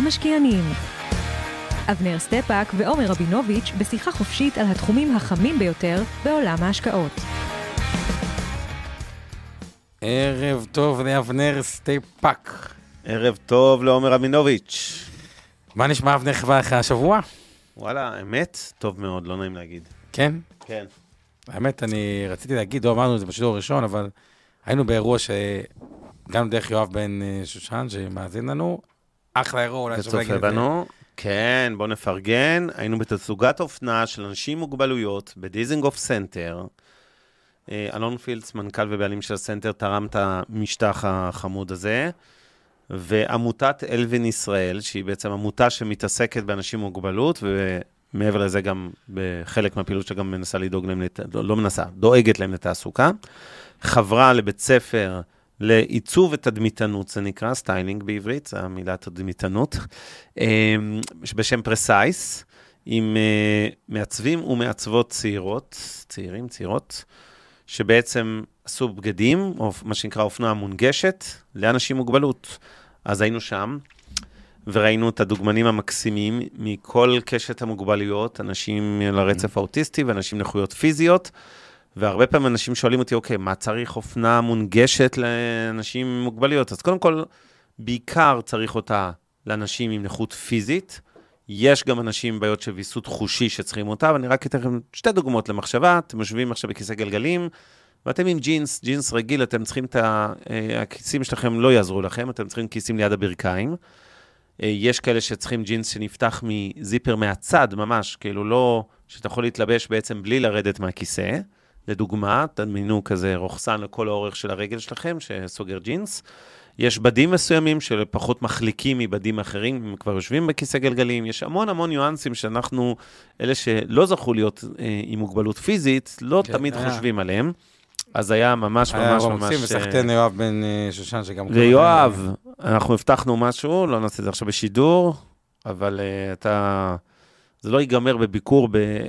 המשקיענים. אבנר סטפאק ועומר רבינוביץ' בשיחה חופשית על התחומים החמים ביותר בעולם ההשקעות. ערב טוב לאבנר סטפאק. ערב טוב לעומר רבינוביץ'. מה נשמע אבנר חווה אחרי השבוע? וואלה, האמת, טוב מאוד, לא נעים להגיד. כן? כן. האמת, אני רציתי להגיד, לא אמרנו את זה בשידור הראשון, אבל היינו באירוע שגם דרך יואב בן שושן, שמאזין לנו, אחלה אירוע, אולי שוב להגיד את זה. כן, בוא נפרגן. היינו בתצוגת אופנה של אנשים עם מוגבלויות בדיזינגוף סנטר. אלון פילץ, מנכ"ל ובעלים של הסנטר, תרם את המשטח החמוד הזה. ועמותת אלווין ישראל, שהיא בעצם עמותה שמתעסקת באנשים עם מוגבלות, ומעבר לזה גם בחלק מהפעילות שגם מנסה לדאוג להם, לא מנסה, דואגת להם לתעסוקה. חברה לבית ספר לעיצוב ותדמיתנות, זה נקרא סטיילינג בעברית, זה המילה תדמיתנות, בשם פרסייס, עם מעצבים ומעצבות צעירות, שבעצם עשו בגדים, או מה שנקרא אופנה מונגשת, לאנשים עם מוגבלות. אז היינו שם, וראינו את הדוגמנים המקסימים מכל קשת המוגבלויות, אנשים לרצף האוטיסטי ואנשים נכויות פיזיות, והרבה פעמים אנשים שואלים אותי, אוקיי, מה צריך אופנה מונגשת לאנשים עם מוגבלויות? אז קודם כל, בעיקר צריך אותה לאנשים עם נכות פיזית, יש גם אנשים עם בעיות של ויסות חושי שצריכים אותה, ואני רק אתן לכם שתי דוגמאות למחשבה, אתם יושבים עכשיו בכיסא גלגלים, ואתם עם ג'ינס רגיל, אתם צריכים הכיסים שלכם לא יעזרו לכם, אתם צריכים כיסים ליד הברכיים. יש כאלה שצריכים ג'ינס שנפתח מזיפר מהצד ממש, כאילו לא, שאתה יכול להתלבש בעצם בלי לרדת מהכיסא. לדוגמה, תדמיינו כזה רוחסן לכל האורך של הרגל שלכם, שסוגר ג'ינס. יש בדים מסוימים שפחות מחליקים מבדים אחרים, הם כבר יושבים בכיסא גלגלים. יש המון ניואנסים שאנחנו, אלה שלא זכו להיות עם מוגבלות פיזית, לא תמיד חושבים עליהם. אז היה ממש... וסחטן יואב בן שושן שגם... ויואב, אנחנו הבטחנו משהו, לא נעשה את זה עכשיו בשידור, אבל זה לא ייגמר בביקור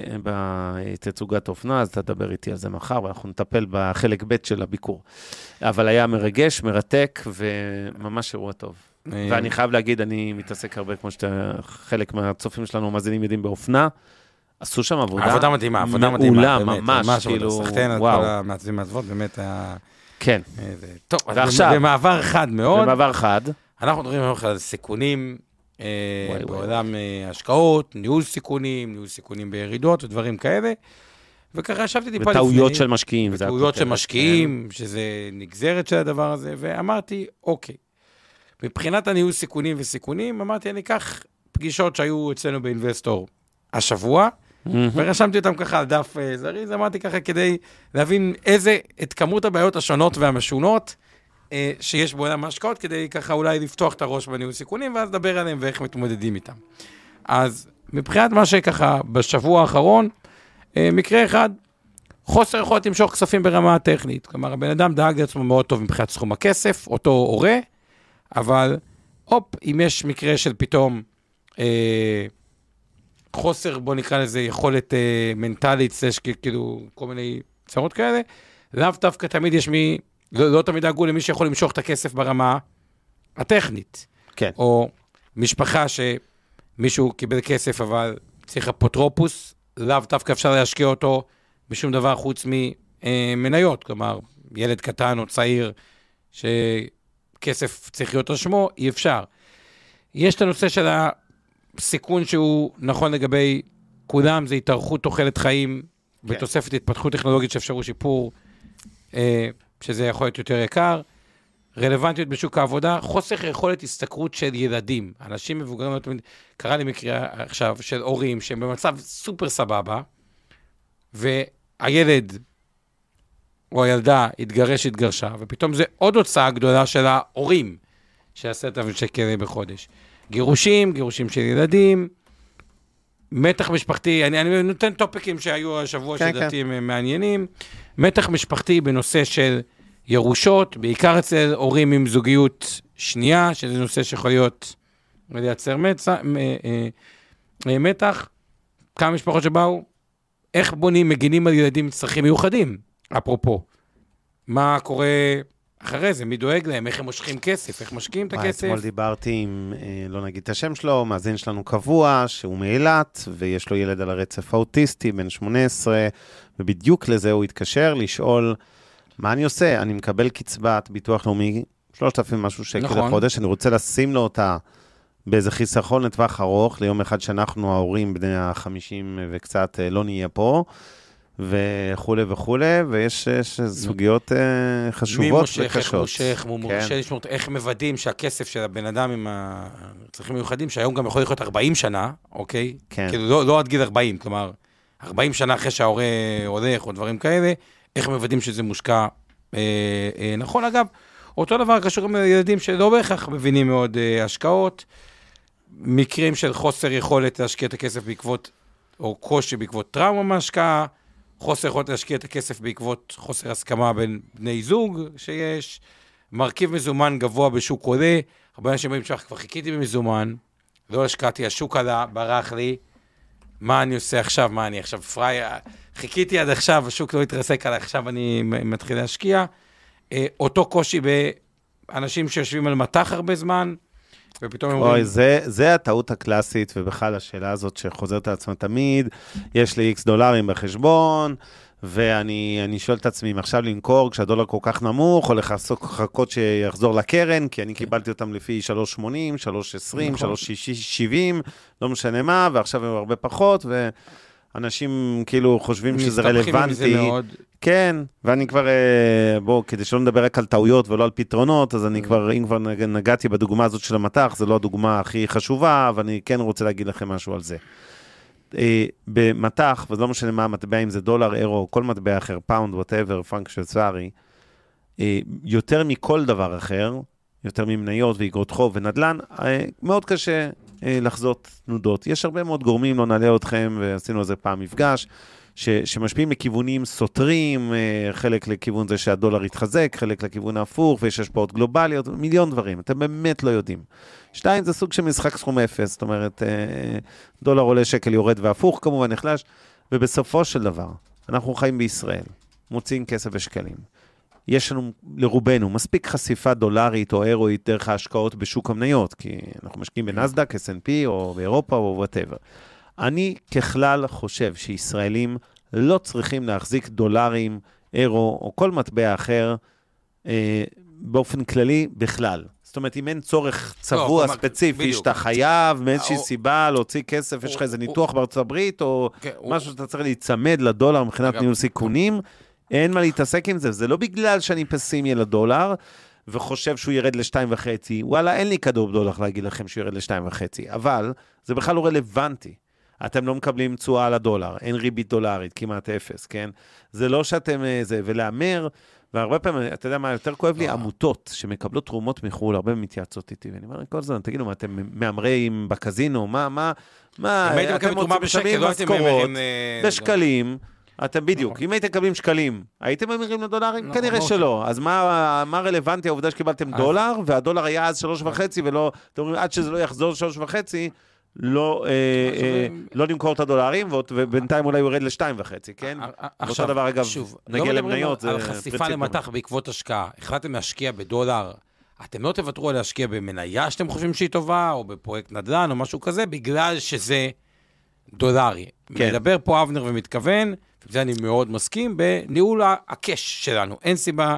בתצוגת אופנה, אז אתה תדבר איתי על זה מחר, ואנחנו נטפל בחלק ב' של הביקור. אבל היה מרגש, מרתק, וממש אירוע טוב. ואני חייב להגיד, אני מתעסק הרבה, כמו שחלק מהצופים שלנו מאזינים יודעים באופנה, עשו שם עבודה מדהימה, מעולה, ממש, כאילו, סחטן על כל המעצבים מעצבות, באמת היה... כן. טוב, ועכשיו, במעבר חד מאוד, במעבר חד, אנחנו מדברים היום על סיכונים, בעולם השקעות, ניהול סיכונים בירידות ודברים כאלה, וככה ישבתי טיפה לפני. וטעויות של משקיעים. וטעויות של משקיעים, שזה נגזרת של הדבר הזה, ואמרתי, אוקיי, מבחינת הניהול סיכונים, אמרתי, אני אקח פגישות שהיו אצלנו באינבסטור השבוע, ורשמתי אותם ככה על דף זריז, אמרתי ככה כדי להבין את כמות הבעיות השונות והמשונות, שיש בעולם ההשקעות, כדי ככה אולי לפתוח את הראש בניהול סיכונים, ואז לדבר עליהם ואיך מתמודדים איתם. אז מבחינת מה שככה בשבוע האחרון, מקרה אחד, חוסר יכולת למשוך כספים ברמה הטכנית. כלומר, הבן אדם דאג לעצמו מאוד טוב מבחינת סכום הכסף, אותו הורה, אבל אם יש מקרה של פתאום חוסר, בוא נקרא לזה, יכולת מנטלית, כאילו כל מיני צרות כאלה, לאו דווקא תמיד יש לא תמיד דאגו למי שיכול למשוך את הכסף ברמה הטכנית. כן. או משפחה שמישהו קיבל כסף, אבל צריך אפוטרופוס, לאו דווקא אפשר להשקיע אותו בשום דבר חוץ ממניות. כלומר, ילד קטן או צעיר שכסף צריך להיות על שמו, אי אפשר. יש את הנושא של הסיכון שהוא נכון לגבי כולם, זה התארכות תוחלת חיים, כן. בתוספת התפתחות טכנולוגית שאפשרו שיפור, שזה יכול להיות יותר יקר, רלוונטיות בשוק העבודה, חוסר יכולת הסתכרות של ילדים, אנשים מבוגרים, קרה לי מקרה עכשיו של הורים שהם במצב סופר סבבה, והילד או הילדה התגרשה, ופתאום זה עוד הוצאה גדולה של ההורים, של 10,000 שקל בחודש. גירושים של ילדים, מתח משפחתי, אני נותן טופיקים שהיו השבוע שדעתי מעניינים, מתח משפחתי בנושא של ירושות, בעיקר אצל הורים עם זוגיות שנייה, שזה נושא שיכול להיות לייצר מתח, כמה משפחות שבאו, איך בונים, מגינים על ילדים עם צרכים מיוחדים, אפרופו, מה קורה אחרי זה, מי דואג להם, איך הם מושכים כסף, איך משקיעים את הכסף. אתמול דיברתי עם, לא נגיד את השם שלו, מאזין שלנו קבוע, שהוא מאילת, ויש לו ילד על הרצף האוטיסטי, בן 18, ובדיוק לזה הוא התקשר לשאול, מה אני עושה? אני מקבל קצבת ביטוח לאומי, 3,000 משהו שקל לחודש, אני רוצה לשים לו אותה באיזה חיסכון לטווח ארוך, ליום אחד שאנחנו ההורים בני ה-50 וקצת לא נהיה פה, וכו' וכו', ויש סוגיות חשובות וקשות. מי מושך, מי מורשה לשמור, איך מוודאים שהכסף של הבן אדם עם הצרכים מיוחדים, שהיום גם יכול להיות 40 שנה, אוקיי? כן. כאילו לא עד גיל 40, כלומר, 40 שנה אחרי שההורה הולך או דברים כאלה, איך מוודאים שזה מושקע נכון. אגב, אותו דבר קשור גם לילדים שלא בהכרח מבינים מאוד השקעות, מקרים של חוסר יכולת להשקיע את הכסף בעקבות, או קושי בעקבות טראומה מהשקעה, חוסר יכולת להשקיע את הכסף בעקבות חוסר הסכמה בין בני זוג שיש, מרכיב מזומן גבוה בשוק עולה, הרבה אנשים אומרים שכבר חיכיתי במזומן, לא השקעתי, השוק עלה, ברח לי, מה אני עושה עכשיו, מה אני עכשיו פריי, חיכיתי עד עכשיו, השוק לא התרסק עד עכשיו, אני מתחיל להשקיע, אותו קושי באנשים שיושבים על מתח הרבה זמן, ופתאום אומרים... אוי, זה הטעות הקלאסית, ובכלל השאלה הזאת שחוזרת על עצמה תמיד, יש לי X דולרים בחשבון, ואני שואל את עצמי, עכשיו למכור כשהדולר כל כך נמוך, או לחכות שיחזור לקרן, כי אני קיבלתי אותם לפי 3.80, 3.20, 3.70, לא משנה מה, ועכשיו הם הרבה פחות, ואנשים כאילו חושבים שזה רלוונטי. כן, ואני כבר, כדי שלא נדבר רק על טעויות ולא על פתרונות, אז אני כבר, אם כבר נגעתי בדוגמה הזאת של המתח, זו לא הדוגמה הכי חשובה, אבל אני כן רוצה להגיד לכם משהו על זה. במתח, וזה לא משנה מה המטבע, אם זה דולר, אירו, כל מטבע אחר, פאונד, whatever, פרנק שוויצרי, יותר מכל דבר אחר, יותר ממניות ואגרות חוב ונדל"ן, מאוד קשה לחזות תנודות. יש הרבה מאוד גורמים, לא נעלה אתכם, ועשינו על זה פעם מפגש, שמשפיעים לכיוונים סותרים, חלק לכיוון זה שהדולר יתחזק, חלק לכיוון ההפוך, ויש השפעות גלובליות, מיליון דברים, אתם באמת לא יודעים. 2, זה סוג של משחק סכום אפס, זאת אומרת, דולר עולה, שקל יורד והפוך, כמובן נחלש, ובסופו של דבר, אנחנו חיים בישראל, מוציאים כסף ושקלים. יש לנו, לרובנו, מספיק חשיפה דולרית או אירואית דרך ההשקעות בשוק המניות, כי אנחנו משקיעים בנסדק, S&P או באירופה או whatever. אני ככלל חושב שישראלים לא צריכים להחזיק דולרים, אירו או כל מטבע אחר באופן כללי בכלל. זאת אומרת, אם אין צורך צבוע ספציפי, שאתה חייב מאיזושהי סיבה להוציא כסף, יש לך איזה ניתוח בארצות הברית, או משהו שאתה צריך להיצמד לדולר מבחינת ניהול סיכונים, אין מה להתעסק עם זה. זה לא בגלל שאני פסימי לדולר, וחושב שהוא ירד ל-2.5, וואלה, אין לי כדור דולר להגיד לכם שהוא ירד ל-2.5, אבל זה בכלל לא רלוונטי. אתם לא מקבלים תשואה על הדולר, אין ריבית דולרית, כמעט אפס, כן? זה לא שאתם, ולאמר, והרבה פעמים, אתה יודע מה, יותר כואב לי, עמותות שמקבלות תרומות מחול, הרבה מתייעצות איתי, ואני אומר, כל זמן, תגידו, מה, אתם מאמרים בקזינו, מה, אתם משלמים משכורות בשקלים, אתם בדיוק, אם הייתם מקבלים שקלים, הייתם ממירים לדולרים? כנראה שלא. אז מה רלוונטי העובדה שקיבלתם דולר, והדולר היה אז 3.5, ולא, אתם אומרים, עד שזה לא יחזור 3.5, לא למכור את הדולרים, ובינתיים אולי הוא ירד ל-2.5, כן? אותו דבר, אגב, נגיע למניות, על חשיפה למתח בעקבות השקעה. החלטתם להשקיע בדולר, אתם לא תוותרו על להשקיע במניה שאתם חושבים שהיא טובה, או בפרויקט נדל"ן, או משהו כזה, בגלל שזה דולרי. מדבר פה אבנר ומתכוון, ובזה אני מאוד מסכים, בניהול הקש שלנו. אין סיבה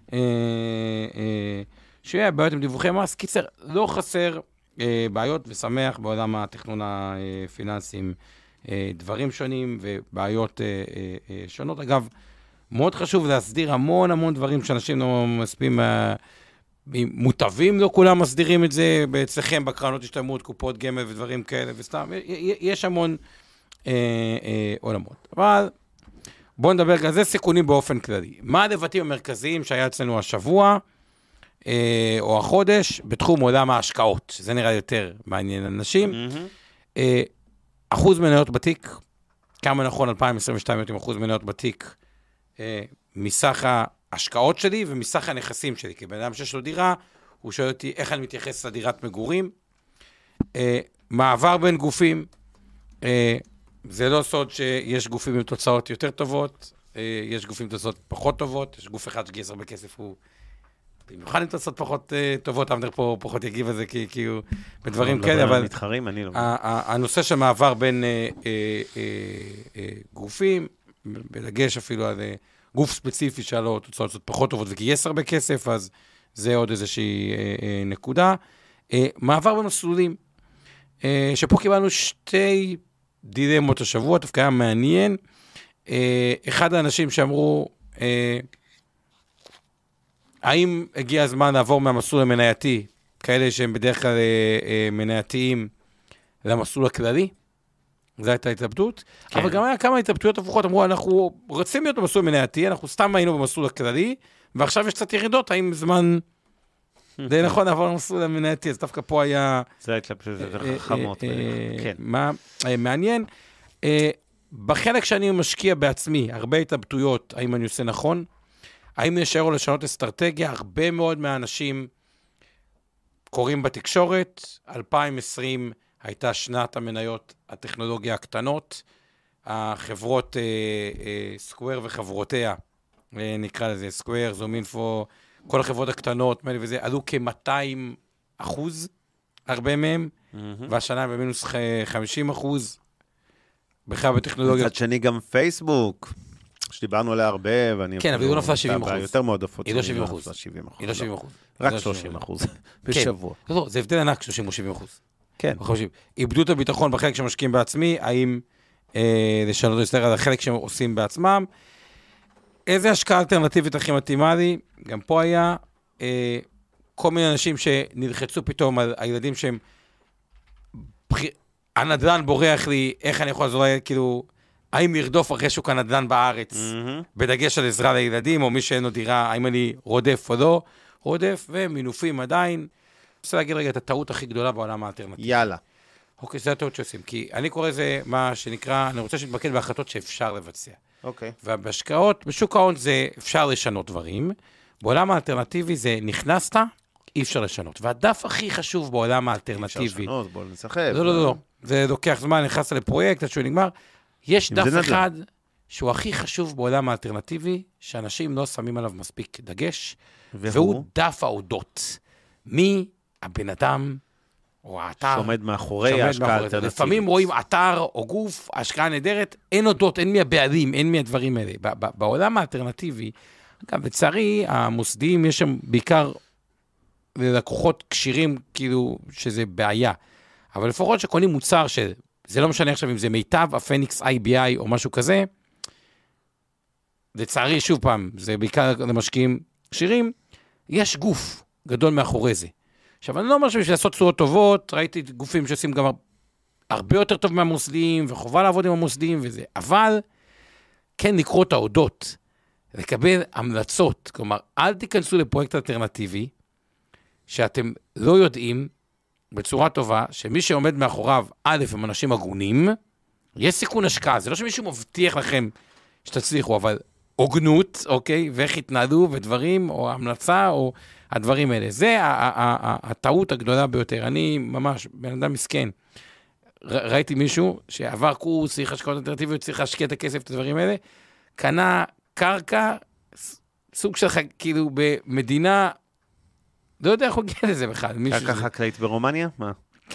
שיהיה בעיות עם דיווחי מס. קיצר, לא חסר בעיות ושמח בעולם התכנון הפיננסיים, דברים שונים ובעיות שונות. אגב, מאוד חשוב להסדיר המון דברים שאנשים לא מספיקים, מוטבים, לא כולם מסדירים את זה, אצלכם בקרנות השתלמות, קופות גמל ודברים כאלה, וסתם, יש המון עולמות. אבל בואו נדבר על זה, סיכונים באופן כללי. מה הדבטים המרכזיים שהיה אצלנו השבוע, או החודש, בתחום עולם ההשקעות, שזה נראה יותר מעניין אנשים. אחוז מניות בתיק, כמה נכון 2022 עם אחוז מניות בתיק, מסך ההשקעות שלי ומסך הנכסים שלי, כי בן אדם שיש לו דירה, הוא שואל אותי איך אני מתייחס לדירת מגורים. מעבר בין גופים, זה לא סוד שיש גופים עם תוצאות יותר טובות, יש גופים עם תוצאות פחות טובות, יש גוף אחד שגייס הרבה כסף, הוא במיוחד אם תעשות פחות טובות, אבנר פה פחות יגיב על זה, כי הוא בדברים כאלה, אבל... מתחרים, אני לא... הנושא של מעבר בין גופים, בדגש אפילו על גוף ספציפי שלו, תוצאות פחות טובות, וכייס הרבה כסף, אז זה עוד איזושהי נקודה. מעבר במסלולים, שפה קיבלנו 2 דילמות השבוע, דווקא היה מעניין. אחד האנשים שאמרו, האם הגיע הזמן לעבור מהמסלול המנייתי, כאלה שהם בדרך כלל מנייתיים, למסלול הכללי? זו הייתה התלבטות. כן. אבל גם היה כמה התלבטויות הפוכות, אמרו, אנחנו רוצים להיות במסלול המנייתי, אנחנו סתם היינו במסלול הכללי, ועכשיו יש קצת ירידות, האם זמן... זה נכון לעבור למסלול המנייתי, אז דווקא פה היה... זה התלבטות יותר חכמות. כן. מעניין. בחלק שאני משקיע בעצמי, הרבה התלבטויות, האם אני עושה נכון, האם יש או לשנות אסטרטגיה, הרבה מאוד מהאנשים קוראים בתקשורת, 2020 הייתה שנת המניות הטכנולוגיה הקטנות, החברות סקוואר וחברותיה, נקרא לזה סקוואר, זום אינפו, כל החברות הקטנות, וזה, עלו כ-200%, הרבה מהם, והשנה במינוס 50%, בכלל בטכנולוגיה. מצד שני גם פייסבוק, שדיברנו עליה הרבה, ואני... כן, אבל היא לא נפלה 70%. יותר מועדפות. היא לא 70%. היא לא 70%. רק 30% בשבוע. לא, זה הבדל ענק 30 או 70%. כן. איבדו את הביטחון בחלק שמשקיעים בעצמי, האם לשנות יותר על החלק שהם עושים בעצמם. איזה השקעה אלטרנטיבית הכי מתאימה לי? גם פה היה כל מיני אנשים שנלחצו פתאום על הילדים שהם... הנדל"ן בורח לי, איך אני יכול לעזור, כאילו, האם לרדוף אחרי שוק הנדל"ן בארץ, בדגש על עזרה לילדים, או מי שאין לו דירה, האם אני רודף או לא, רודף, ומינופים עדיין. אני רוצה להגיד רגע את הטעות הכי גדולה בעולם האלטרנטיבי. יאללה. אוקיי, זה הטעות שעושים, כי אני קורא לזה מה שנקרא, אני רוצה שתתמקד בהחלטות שאפשר לבצע. אוקיי. ובהשקעות, בשוק ההון זה אפשר לשנות דברים, בעולם האלטרנטיבי זה נכנסת, אי אפשר לשנות. והדף הכי חשוב בעולם האלטרנטיבי... אפשר לשנות, בואו נסחב. לא. זה לוקח זמן, נכנסת לפרויקט, עד שהוא נגמר. יש דף אחד שהוא הכי חשוב בעולם האלטרנטיבי, שאנשים לא שמים עליו מספיק דגש, והוא דף ההודות. מי הבן אדם או האתר... שעומד מאחורי ההשקעה האלטרנטיבית. לפעמים רואים אתר או גוף, ההשקעה נהדרת, אין הודות, אין מי הבעלים, אין מי הדברים האלה. בעולם האלטרנטיבי, גם לצערי, המוסדיים יש שם בעיקר לקוחות קשירים, כאילו שזה בעיה. אבל לפחות שקונים מוצר שזה לא משנה עכשיו אם זה מיטב, הפניקס IBI או משהו כזה, לצערי שוב פעם, זה בעיקר למשקיעים קשירים, יש גוף גדול מאחורי זה. עכשיו אני לא אומר שבשביל לעשות צורות טובות, ראיתי גופים שעושים גם הרבה יותר טוב מהמוסדיים, וחובה לעבוד עם המוסדיים וזה, אבל כן לקרוא את ההודות, לקבל המלצות, כלומר אל תיכנסו לפרויקט אלטרנטיבי, שאתם לא יודעים בצורה טובה, שמי שעומד מאחוריו, א', הם אנשים הגונים, יש סיכון השקעה, זה לא שמישהו מבטיח לכם שתצליחו, אבל הוגנות, אוקיי, ואיך התנהלו ודברים, או המלצה, או הדברים האלה. זה הטעות הגדולה ביותר. אני ממש, בן אדם מסכן, ראיתי מישהו שעבר קורס, צריך השקעות אלטרנטיביות, צריך להשקיע את הכסף, את הדברים האלה, קנה קרקע, סוג שלך, כאילו, במדינה, לא יודע איך הוא הגיע לזה בכלל. קרקע חקלאית ברומניה? מה?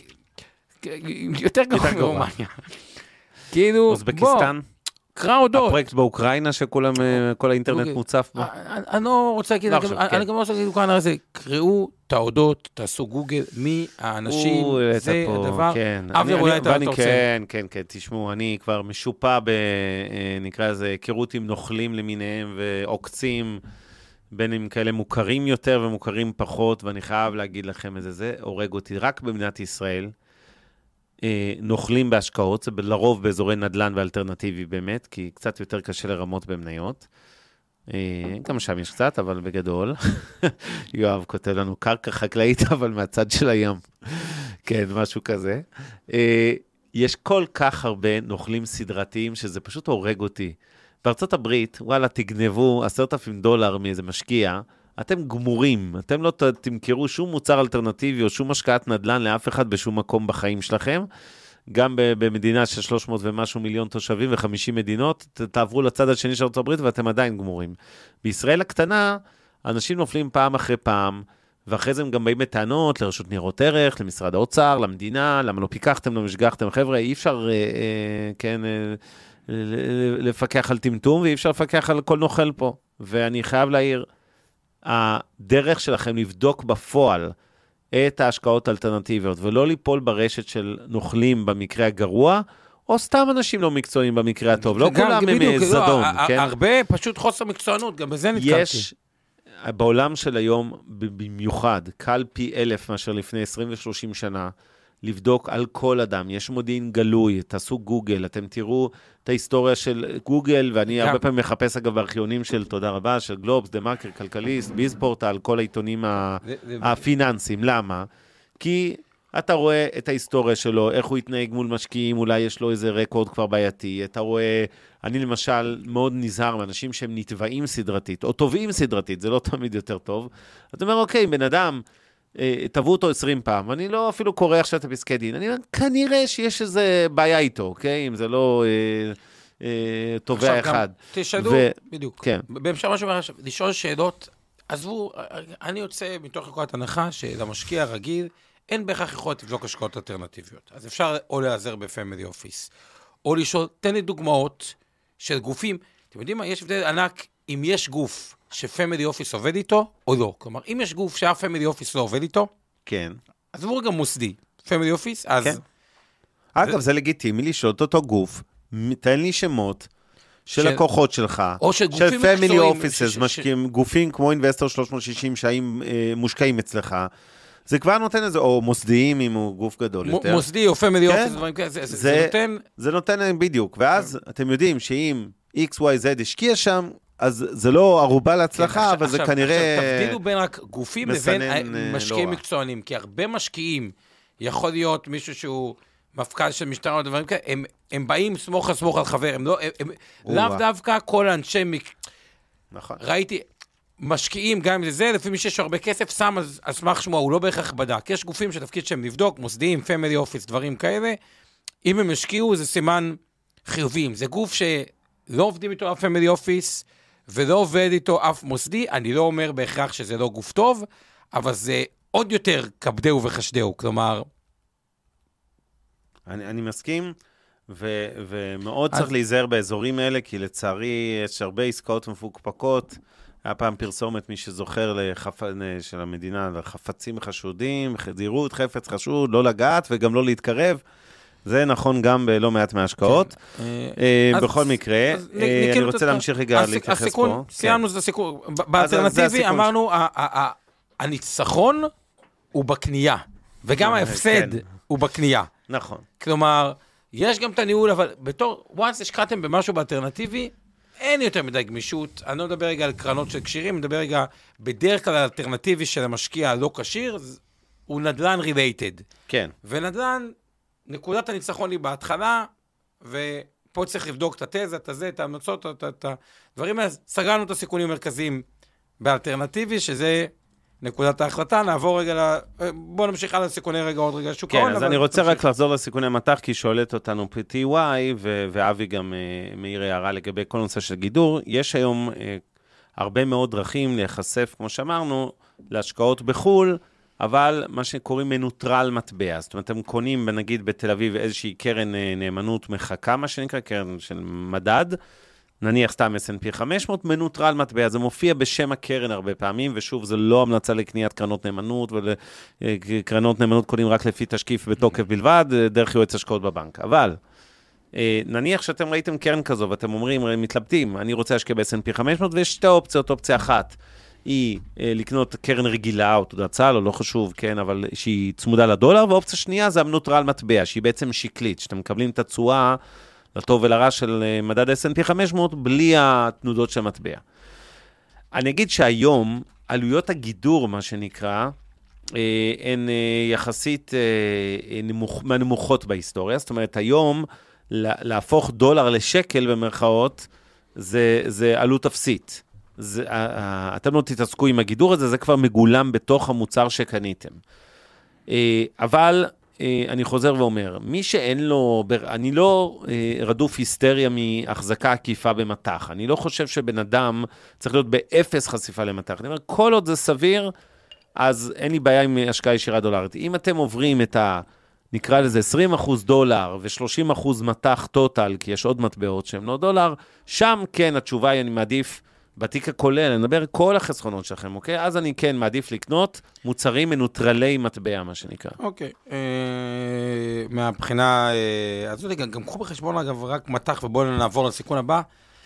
יותר גרוע ברומניה. כאילו, אוזבקיסטן? קרא הודות. הפרויקט באוקראינה שכולם, כל האינטרנט מוצף בו? אני לא רוצה להגיד, אני גם לא רוצה להגיד כאן, קראו את ההודות, תעשו גוגל, מי האנשים, זה הדבר. כן, תשמעו, אני כבר משופע נקרא לזה, היכרות עם נוכלים למיניהם ועוקצים, בין אם כאלה מוכרים יותר ומוכרים פחות, ואני חייב להגיד לכם איזה, זה הורג אותי רק במדינת ישראל, נוכלים בהשקעות, זה לרוב באזורי נדל"ן ואלטרנטיבי באמת, כי קצת יותר קשה לרמות במניות. גם שם יש קצת, אבל בגדול. יואב כותב לנו קרקע חקלאית, אבל מהצד של הים. כן, משהו כזה. יש כל כך הרבה נוכלים סדרתיים, שזה פשוט הורג אותי. בארצות הברית, וואלה, תגנבו $10,000 מאיזה משקיע, אתם גמורים, אתם לא תמכרו שום מוצר אלטרנטיבי או שום השקעת נדל"ן לאף אחד בשום מקום בחיים שלכם, גם במדינה של 300 ומשהו מיליון תושבים ו50 מדינות, תעברו לצד השני של ארצות הברית ואתם עדיין גמורים. בישראל הקטנה, אנשים נופלים פעם אחרי פעם, ואחרי זה הם גם באים בטענות לרשות ניירות ערך, למשרד האוצר, למדינה, למה לא פיקחתם, לא משגחתם, חבר'ה, אי אפשר, כן, לפקח על טמטום, ואי אפשר לפקח על כל נוכל פה. ואני חייב להעיר, הדרך שלכם לבדוק בפועל את ההשקעות האלטרנטיביות, ולא ליפול ברשת של נוכלים במקרה הגרוע, או סתם אנשים לא מקצועיים במקרה הטוב. לא כולם הם זדון, כן? הרבה פשוט חוסר מקצוענות, גם בזה נתקלתי. יש, בעולם של היום, במיוחד, קל פי 1000 מאשר לפני 20 ו-30 שנה, לבדוק על כל אדם. יש מודיעין גלוי, תעשו גוגל, אתם תראו את ההיסטוריה של גוגל, ואני הרבה פעמים מחפש אגב בארכיונים של, תודה רבה, של גלובס, דה מרקר, כלכליסט, ביזפורט, על כל העיתונים הפיננסיים. למה? כי אתה רואה את ההיסטוריה שלו, איך הוא התנהג מול משקיעים, אולי יש לו איזה רקורד כבר בעייתי. אתה רואה, אני למשל מאוד נזהר מאנשים שהם נתבעים סדרתית, או טובים סדרתית, זה לא תמיד יותר טוב. אתה אומר, אוקיי, בן אדם, תבעו אותו 20 פעם, אני לא אפילו קורא עכשיו את הפסקי דין, אני אומר, כנראה שיש איזה בעיה איתו, אוקיי? אם זה לא תובע אחד. תשאלו, בדיוק. כן. בהמשך מה שאומר, לשאול שאלות, עזבו, אני יוצא מתוך נקודת הנחה שלמשקיע הרגיל, אין בהכרח יכולת לבדוק השקעות אלטרנטיביות. אז אפשר או להיעזר בפמילי אופיס, או לשאול, תן לי דוגמאות של גופים. אתם יודעים מה? יש הבדל ענק אם יש גוף שפמילי אופיס עובד איתו, או לא. כלומר, אם יש גוף שאף פמילי אופיס לא עובד איתו, כן. אז הוא גם מוסדי. פמילי אופיס, אז... כן. אגב, זה לגיטימי לשאול את אותו גוף, תן לי שמות של לקוחות שלך, או של גופים מקצועיים. של פמילי אופיסס, גופים כמו אינבסטור 360 שהאים מושקעים אצלך, זה כבר נותן איזה, או מוסדיים אם הוא גוף גדול יותר. מוסדי או פמילי אופיס, דברים כאלה, זה נותן... זה נותן בדיוק, ואז אתם יודעים שאם XYZ השקיע שם, אז זה לא ערובה להצלחה, אבל זה כנראה... עכשיו, תבדילו בין רק גופים לבין משקיעים מקצוענים, כי הרבה משקיעים, יכול להיות מישהו שהוא מפכ"ל של משטרה או דברים כאלה, הם באים סמוך על חבר, הם לאו דווקא כל אנשי... נכון. ראיתי... משקיעים גם אם זה, לפי מי שיש הרבה כסף, שם על סמך שמו, הוא לא בהכרח בדק. יש גופים שתפקיד שהם לבדוק, מוסדיים, פמילי אופיס, דברים כאלה. אם הם השקיעו, זה סימן חיובים. זה גוף שלא עובדים איתו אף פמילי אופיס, ולא עובד איתו אף מוסדי. אני לא אומר בהכרח שזה לא גוף טוב, אבל זה עוד יותר כבדהו וחשדהו. כלומר... אני מסכים, ומאוד צריך להיזהר באזורים האלה, כי לצערי יש הרבה עסקאות מפוקפקות, היה פעם פרסומת, מי שזוכר של המדינה, לחפצים חשודים, זהירות, חפץ חשוד, לא לגעת וגם לא להתקרב. זה נכון גם בלא מעט מההשקעות. בכל מקרה, אני רוצה להמשיך רגע להתייחס פה. סיימנו את הסיכון. באלטרנטיבי אמרנו, הניצחון הוא בקנייה, וגם ההפסד הוא בקנייה. נכון. כלומר, יש גם את הניהול, אבל בתור, once השקעתם במשהו באלטרנטיבי, אין יותר מדי גמישות. אני לא מדבר רגע על קרנות של קשירים, אני מדבר רגע בדרך כלל האלטרנטיבי של המשקיע הלא קשיר, הוא נדל"ן רילייטד. כן. ונדל"ן, נקודת הניצחון היא בהתחלה, ופה צריך לבדוק את התזה, את הזה, את ההמלצות, את הדברים האלה. סגרנו את הסיכונים המרכזיים באלטרנטיבי, שזה נקודת ההחלטה. נעבור רגע, בואו נמשיך על הסיכוני רגע, עוד רגע שוק ההון. כן, אז אני רוצה רק לחזור לסיכוני מטח, כי שואלת אותנו PTY, ואבי גם מעיר הערה לגבי כל נושא של גידור. יש היום הרבה מאוד דרכים להיחשף, כמו שאמרנו, להשקעות בחול, אבל מה שקוראים מנוטרל מטבע. זאת אומרת, אתם קונים, נגיד, בתל אביב איזושהי קרן נאמנות מחכה, מה שנקרא, קרן של מדד, נניח סתם S&P 500, מנוטרל מטבע. זה מופיע בשם הקרן הרבה פעמים, ושוב, זה לא המלצה לקניית קרנות נאמנות, וקרנות נאמנות קונים רק לפי תשקיף בתוקף בלבד, דרך יועץ השקעות בבנק. אבל, נניח שאתם ראיתם קרן כזו, ואתם אומרים, מתלבטים, אני רוצה להשקיע ב-S&P 500, ויש שתי אופציות, אופציה אחת, היא לקנות קרן רגילה, או תעודת סל, או לא חשוב, כן, אבל שהיא צמודה לדולר, ואופציה שנייה זה המנוטרל מטבע, שהיא בעצם שקלית, שאתם מקבלים את התשואה לטוב ולרע של מדד S&P 500, בלי התנודות של המטבע. אני אגיד שהיום, עלויות הגידור, מה שנקרא, הן יחסית מהנמוכות בהיסטוריה, זאת אומרת, היום, להפוך דולר לשקל במרכאות, זה עלות אפסית. אתם לא תתעסקו עם הגידור הזה, זה כבר מגולם בתוך המוצר שקניתם. אבל אני חוזר ואומר, מי שאין לו, אני לא רדוף היסטריה מהחזקה עקיפה במתח. אני לא חושב שבן אדם צריך להיות באפס חשיפה למתח. אני אומר, כל עוד זה סביר, אז אין לי בעיה עם השקעה ישירה דולרית. אם אתם עוברים את נקרא לזה $20 ו-30% מתח טוטל, כי יש עוד מטבעות שהן לא דולר, שם כן התשובה היא, אני מעדיף בתיק הכולל, אני מדבר כל החסכונות שלכם, אוקיי? אז אני כן מעדיף לקנות מוצרים מנוטרלי מטבע, מה שנקרא. אוקיי. מהבחינה, אז גם קחו בחשבון, אגב, רק מתח, ובואו נעבור לסיכון הבא.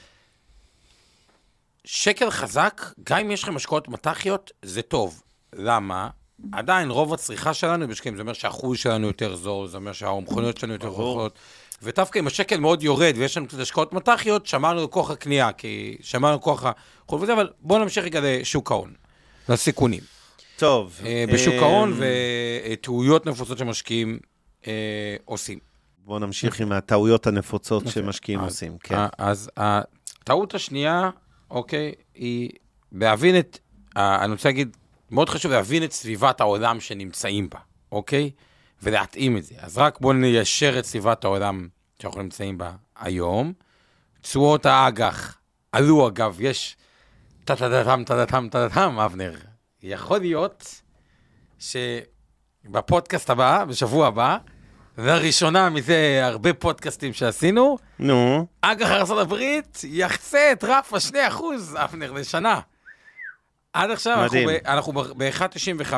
שקל חזק, גם אם יש לכם השקעות מתחיות, זה טוב. למה? עדיין רוב הצריכה שלנו בשקלים, זה אומר שהאחוז שלנו יותר זול, זה אומר שהמכוניות שלנו יותר חוכות, ודווקא אם השקל מאוד יורד, ויש לנו קצת השקעות מתחיות, שמרנו כוח הקנייה, כי שמרנו כוח החול וזה, אבל בואו נמשיך רגע לשוק ההון, לסיכונים. טוב. בשוק ההון וטעויות נפוצות שמשקיעים עושים. בואו נמשיך עם הטעויות הנפוצות שמשקיעים עושים, כן. אז הטעות השנייה, אוקיי, היא להבין אני רוצה להגיד, מאוד חשוב להבין את סביבת העולם שנמצאים בה, אוקיי? ולהתאים את זה. אז רק בואו ניישר את סביבת העולם שאנחנו נמצאים בה היום. תשואות האג"ח עלו, אגב, יש טה-טה-טם, אבנר. יכול להיות שבפודקאסט הבא, בשבוע הבא, לראשונה מזה הרבה פודקאסטים שעשינו, אג"ח ארצות הברית יחצה את רף 2%, אבנר, לשנה. עד עכשיו אנחנו ב-1.95,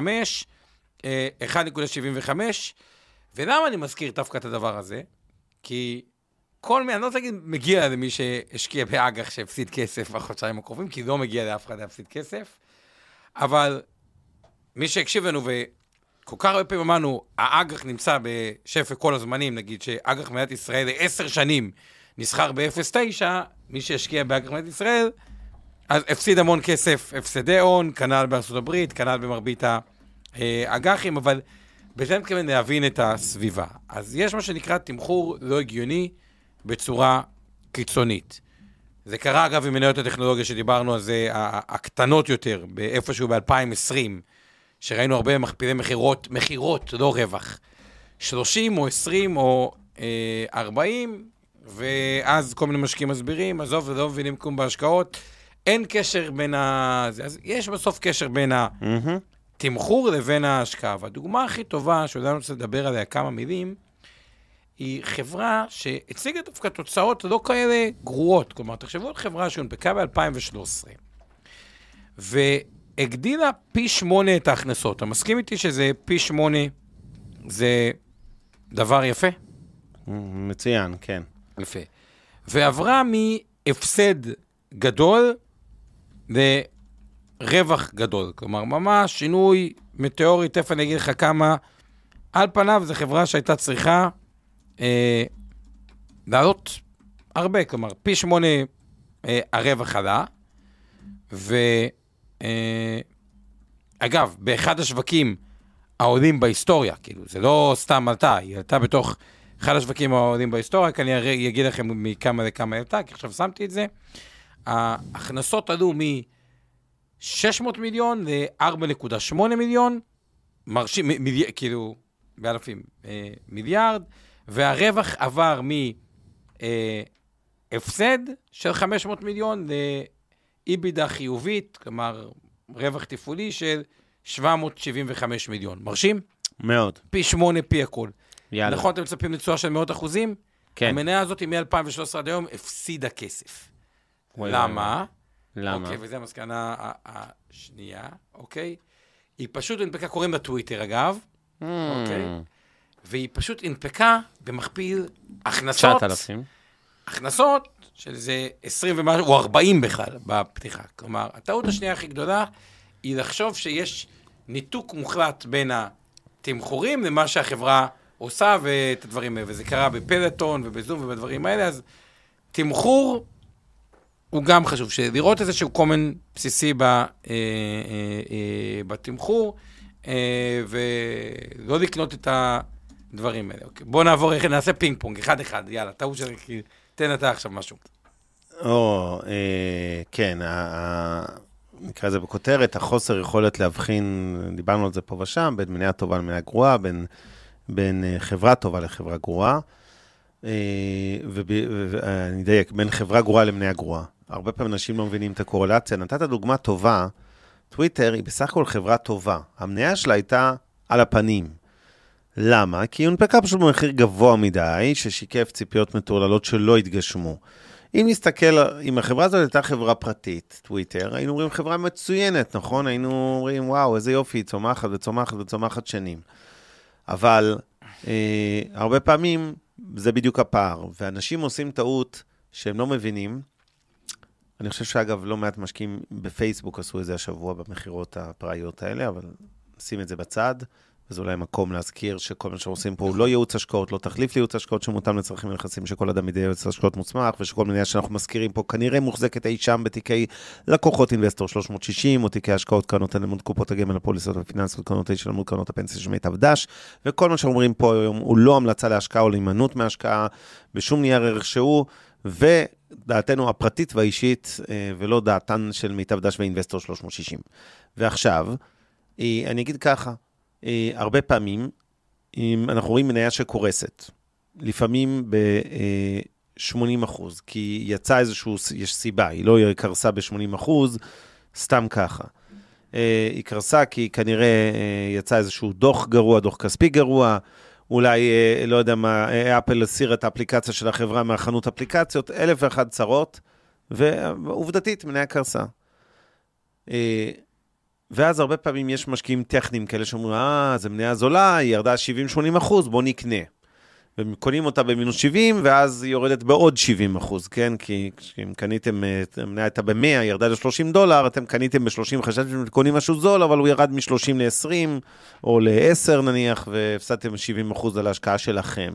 1.75, ולמה אני מזכיר דווקא את הדבר הזה? כי אני לא רוצה להגיד מגיע למי שהשקיע באג"ח שהפסיד כסף בחודשיים הקרובים, כי לא מגיע לאף אחד להפסיד כסף, אבל מי שהקשיב לנו וכל כך הרבה פעמים אמרנו, האג"ח נמצא בשפע כל הזמנים, נגיד שאג"ח מדינת ישראל 10 שנים נסחר ב-0.9, מי שהשקיע באג"ח מדינת ישראל, אז הפסיד המון כסף, הפסדי הון, כנ"ל בארצות הברית, כנ"ל במרבית האג"חים, אבל בזה מתכוון להבין את הסביבה. אז יש מה שנקרא תמחור לא הגיוני בצורה קיצונית. זה קרה אגב עם מניות הטכנולוגיה שדיברנו על זה, הקטנות יותר, באיפשהו ב-2020, שראינו הרבה מכפילי מחירות, לא רווח. 30 או 20 או 40, ואז כל מיני משקיעים מסבירים, עזוב ולא מבינים כלום בהשקעות, אין קשר בין אז יש בסוף קשר בין התמחור לבין ההשקעה. והדוגמה הכי טובה, שאולי אני רוצה לדבר עליה כמה מילים, היא חברה שהציגה דווקא תוצאות לא כאלה גרועות. כלומר, תחשבו על חברה שהונפקה ב-2013, והגדילה פי 8 את ההכנסות. אתה מסכים איתי שזה פי 8, זה דבר יפה? מצוין, כן. יפה. ועברה מהפסד גדול לרווח גדול. כלומר, ממש שינוי מטאורי, תכף אני אגיד לך כמה, על פניו זו חברה שהייתה צריכה לעלות הרבה, כלומר, פי 8 הרווח עלה, אגב, באחד השווקים העולים בהיסטוריה, כאילו, זה לא סתם עלתה, היא עלתה בתוך אחד השווקים העולים בהיסטוריה, כי אני אגיד לכם מכמה לכמה עלתה, כי עכשיו שמתי את זה. ההכנסות עלו מ-600 מיליון ל-4.8 מיליון, מרשים, כאילו, באלפים, מיליארד, והרווח עבר מהפסד של 500 מיליון לאיבידה חיובית, כלומר, רווח תפעולי של 775 מיליון. מרשים? מאוד. פי 8, פי הכל. יאללה. נכון, אתם מצפים לתשואה של מאות אחוזים? כן. המניה הזאת מ-2013 עד היום הפסידה כסף. למה? למה? אוקיי, וזו המסקנה השנייה, אוקיי? היא פשוט הנפקה, קוראים לטוויטר אגב, אוקיי? והיא פשוט הנפקה במכפיל הכנסות. 9,000. הכנסות של זה 20 ומשהו, או 40 בכלל בפתיחה. כלומר, הטעות השנייה הכי גדולה היא לחשוב שיש ניתוק מוחלט בין התמחורים למה שהחברה עושה ואת הדברים האלה. וזה קרה בפלטון ובזום ובדברים האלה, אז תמחור הוא גם חשוב, שלראות איזשהו קומן בסיסי בתמחור, ולא לקנות את הדברים האלה. אוקיי. בואו נעבור, נעשה פינג פונג, אחד, יאללה, טעות שזה, תן אתה עכשיו משהו. כן, נקרא זה בכותרת, החוסר יכולת להבחין, דיברנו על זה פה ושם, בין מניה טובה למניה גרועה, בין בין חברה טובה לחברה גרועה, ואני אדייק, בין חברה גרועה למניה גרועה. הרבה פעמים אנשים לא מבינים את הקורלציה. נתת דוגמה טובה, טוויטר היא בסך הכל חברה טובה. המניה שלה הייתה על הפנים. למה? כי היא הונפקה פשוט במחיר גבוה מדי, ששיקף ציפיות מטורללות שלא התגשמו. אם נסתכל, אם החברה הזאת הייתה חברה פרטית, טוויטר, היינו אומרים חברה מצוינת, נכון? היינו אומרים, וואו, איזה יופי, היא צומחת וצומחת וצומחת שנים. אבל הרבה פעמים זה בדיוק הפער, ואנשים עושים טעות שהם לא מבינים. אני חושב שאגב, לא מעט משקיעים בפייסבוק עשו את זה השבוע במחירות הפראיות האלה, אבל נשים את זה בצד. וזה אולי מקום להזכיר שכל מה שעושים פה הוא לא ייעוץ השקעות, לא תחליף לייעוץ השקעות שמותאם לצרכים ונכסים שכל אדם ידי ייעוץ השקעות מוצמח, ושכל מניה שאנחנו מזכירים פה כנראה מוחזקת אי שם בתיקי לקוחות אינבסטור 360, או תיקי השקעות קרנות הלימוד קופות הגמל הפוליסות הפיננסיות, קרנות אי של לימוד קרנות הפנסיה של מיטב דש, וכל מה שאומרים פה היום הוא לא המלצה להשקעה או להימנעות מהשקעה בשום נייר ערך שהוא, ודעתנו הפרטית והאישית, ולא דעתן של מיטב דש ואינבסטור 360. ועכשיו, אני אגיד ככה, הרבה פעמים, אנחנו רואים מניה שקורסת, לפעמים ב-80%, כי יצא איזשהו, יש סיבה, היא לא קרסה ב-80%, סתם ככה. היא קרסה כי כנראה יצא איזשהו דוח גרוע, דוח כספי גרוע, אולי, לא יודע מה, אפל הסיר את האפליקציה של החברה מהחנות אפליקציות, 1,001 צרות, ועובדתית, מניה קרסה. ואז הרבה פעמים יש משקיעים טכניים כאלה שאומרים, זה מניה זולה, היא ירדה 70-80%, בוא נקנה. וקונים אותה במינוס 70, ואז היא יורדת בעוד 70%, כן? כי אם קניתם, המניה הייתה ב-100, ירדה ל$30, אתם קניתם ב-30, חשבתם שאתם קונים משהו זול, אבל הוא ירד מ-30 ל-20, או ל-10 נניח, והפסדתם 70% על ההשקעה שלכם.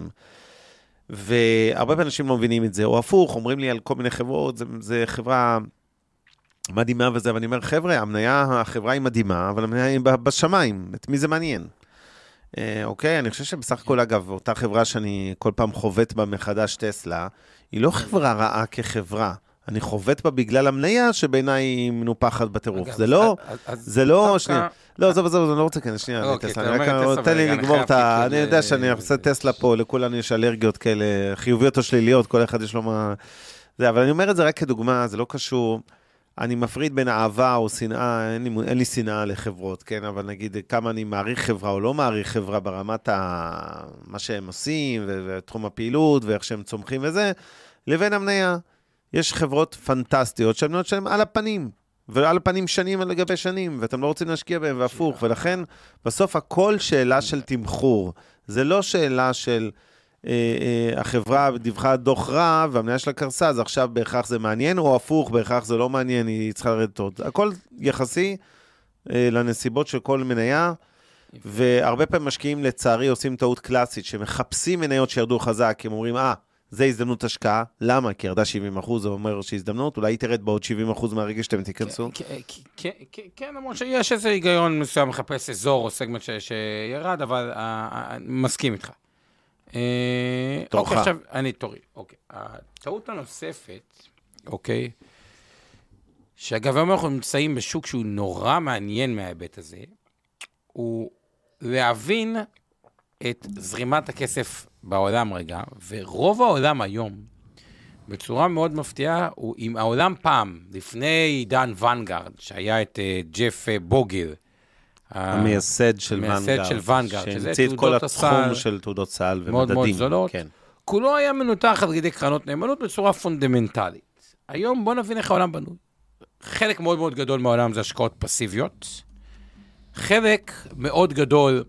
והרבה פעמים אנשים לא מבינים את זה, או הפוך, אומרים לי על כל מיני חברות, זה חברה מדהימה וזה, ואני אומר, חבר'ה, החברה היא מדהימה, אבל המניה היא בשמיים, את מי זה מעניין? אוקיי, אני חושב שבסך הכל, אגב, אותה חברה שאני כל פעם חובט בה מחדש טסלה, היא לא חברה רעה כחברה, אני חובט בה בגלל המניה שבעיניי היא מנופחת בטירוף. זה לא, שנייה, לא, זה לא רוצה כאן, שנייה, טסלה, אני רק תן לי לגמור את ה... אני יודע שאני עושה טסלה פה, לכולנו יש אלרגיות כאלה, חיוביות או שליליות, כל אחד יש לו מה... אבל אני אומר את זה רק כדוגמה, זה לא קשור... אני מפריד בין אהבה או שנאה, אין לי שנאה לחברות, כן? אבל נגיד כמה אני מעריך חברה או לא מעריך חברה ברמת מה שהם עושים, ותחום הפעילות, ואיך שהם צומחים וזה, לבין המניה. יש חברות פנטסטיות שהמניות שלהם על הפנים, ועל הפנים שנים על לגבי שנים, ואתם לא רוצים להשקיע בהם והפוך, ולכן בסוף הכל שאלה של תמחור. זה לא שאלה של... החברה דיווחה דוח רע, והמניה שלה קרסה, אז עכשיו בהכרח זה מעניין, או הפוך, בהכרח זה לא מעניין, היא צריכה לרדת עוד. הכל יחסי לנסיבות של כל מניה, והרבה פעמים משקיעים לצערי עושים טעות קלאסית, שמחפשים מניות שירדו חזק, הם אומרים, זה הזדמנות השקעה, למה? כי ירדה 70%, זה אומר שהזדמנות, אולי היא תרד בעוד 70% מהרגע שאתם תיכנסו? כן, למרות שיש איזה היגיון מסוים, מחפש אזור או סגמנט שירד, אבל מסכים איתך. תורך. עכשיו, אני תורי, אוקיי. הטעות הנוספת, אוקיי, שאגב, היום אנחנו נמצאים בשוק שהוא נורא מעניין מההיבט הזה, הוא להבין את זרימת הכסף בעולם רגע, ורוב העולם היום, בצורה מאוד מפתיעה, הוא עם העולם פעם, לפני עידן ונגארד, שהיה את ג'ף בוגל, המייסד של ונגארד, שהמציא את כל התחום של תעודות סל ומדדים. מאוד מאוד זולות. כולו היה מנותח על ידי קרנות נאמנות בצורה פונדמנטלית. היום בוא נבין איך העולם בנוי. חלק מאוד מאוד גדול מהעולם זה השקעות פסיביות. חלק מאוד גדול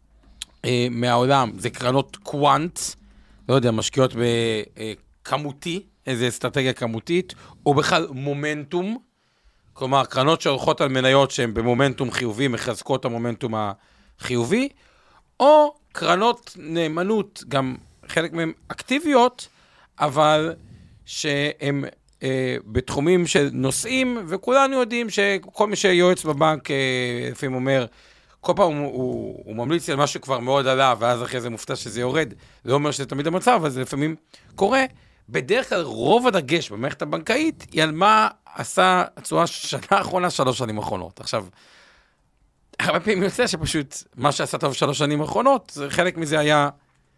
מהעולם זה קרנות קוואנט, לא יודע, משקיעות בכמותי, איזו אסטרטגיה כמותית, או בכלל מומנטום, כלומר, קרנות שהולכות על מניות שהן במומנטום חיובי, מחזקות המומנטום החיובי, או קרנות נאמנות, גם חלק מהן אקטיביות, אבל שהן בתחומים של נושאים, וכולנו יודעים שכל מי שיועץ בבנק לפעמים אומר, כל פעם הוא ממליץ על משהו כבר מאוד עלה, ואז אחרי זה מופתע שזה יורד. זה אומר שזה תמיד המצב, אבל זה לפעמים קורה. בדרך כלל רוב הדגש במערכת הבנקאית היא על מה עשה הצורה שנה האחרונה, 3 שנים האחרונות. עכשיו, הרבה פעמים יוצא שפשוט מה שעשה טוב 3 שנים האחרונות, חלק מזה היה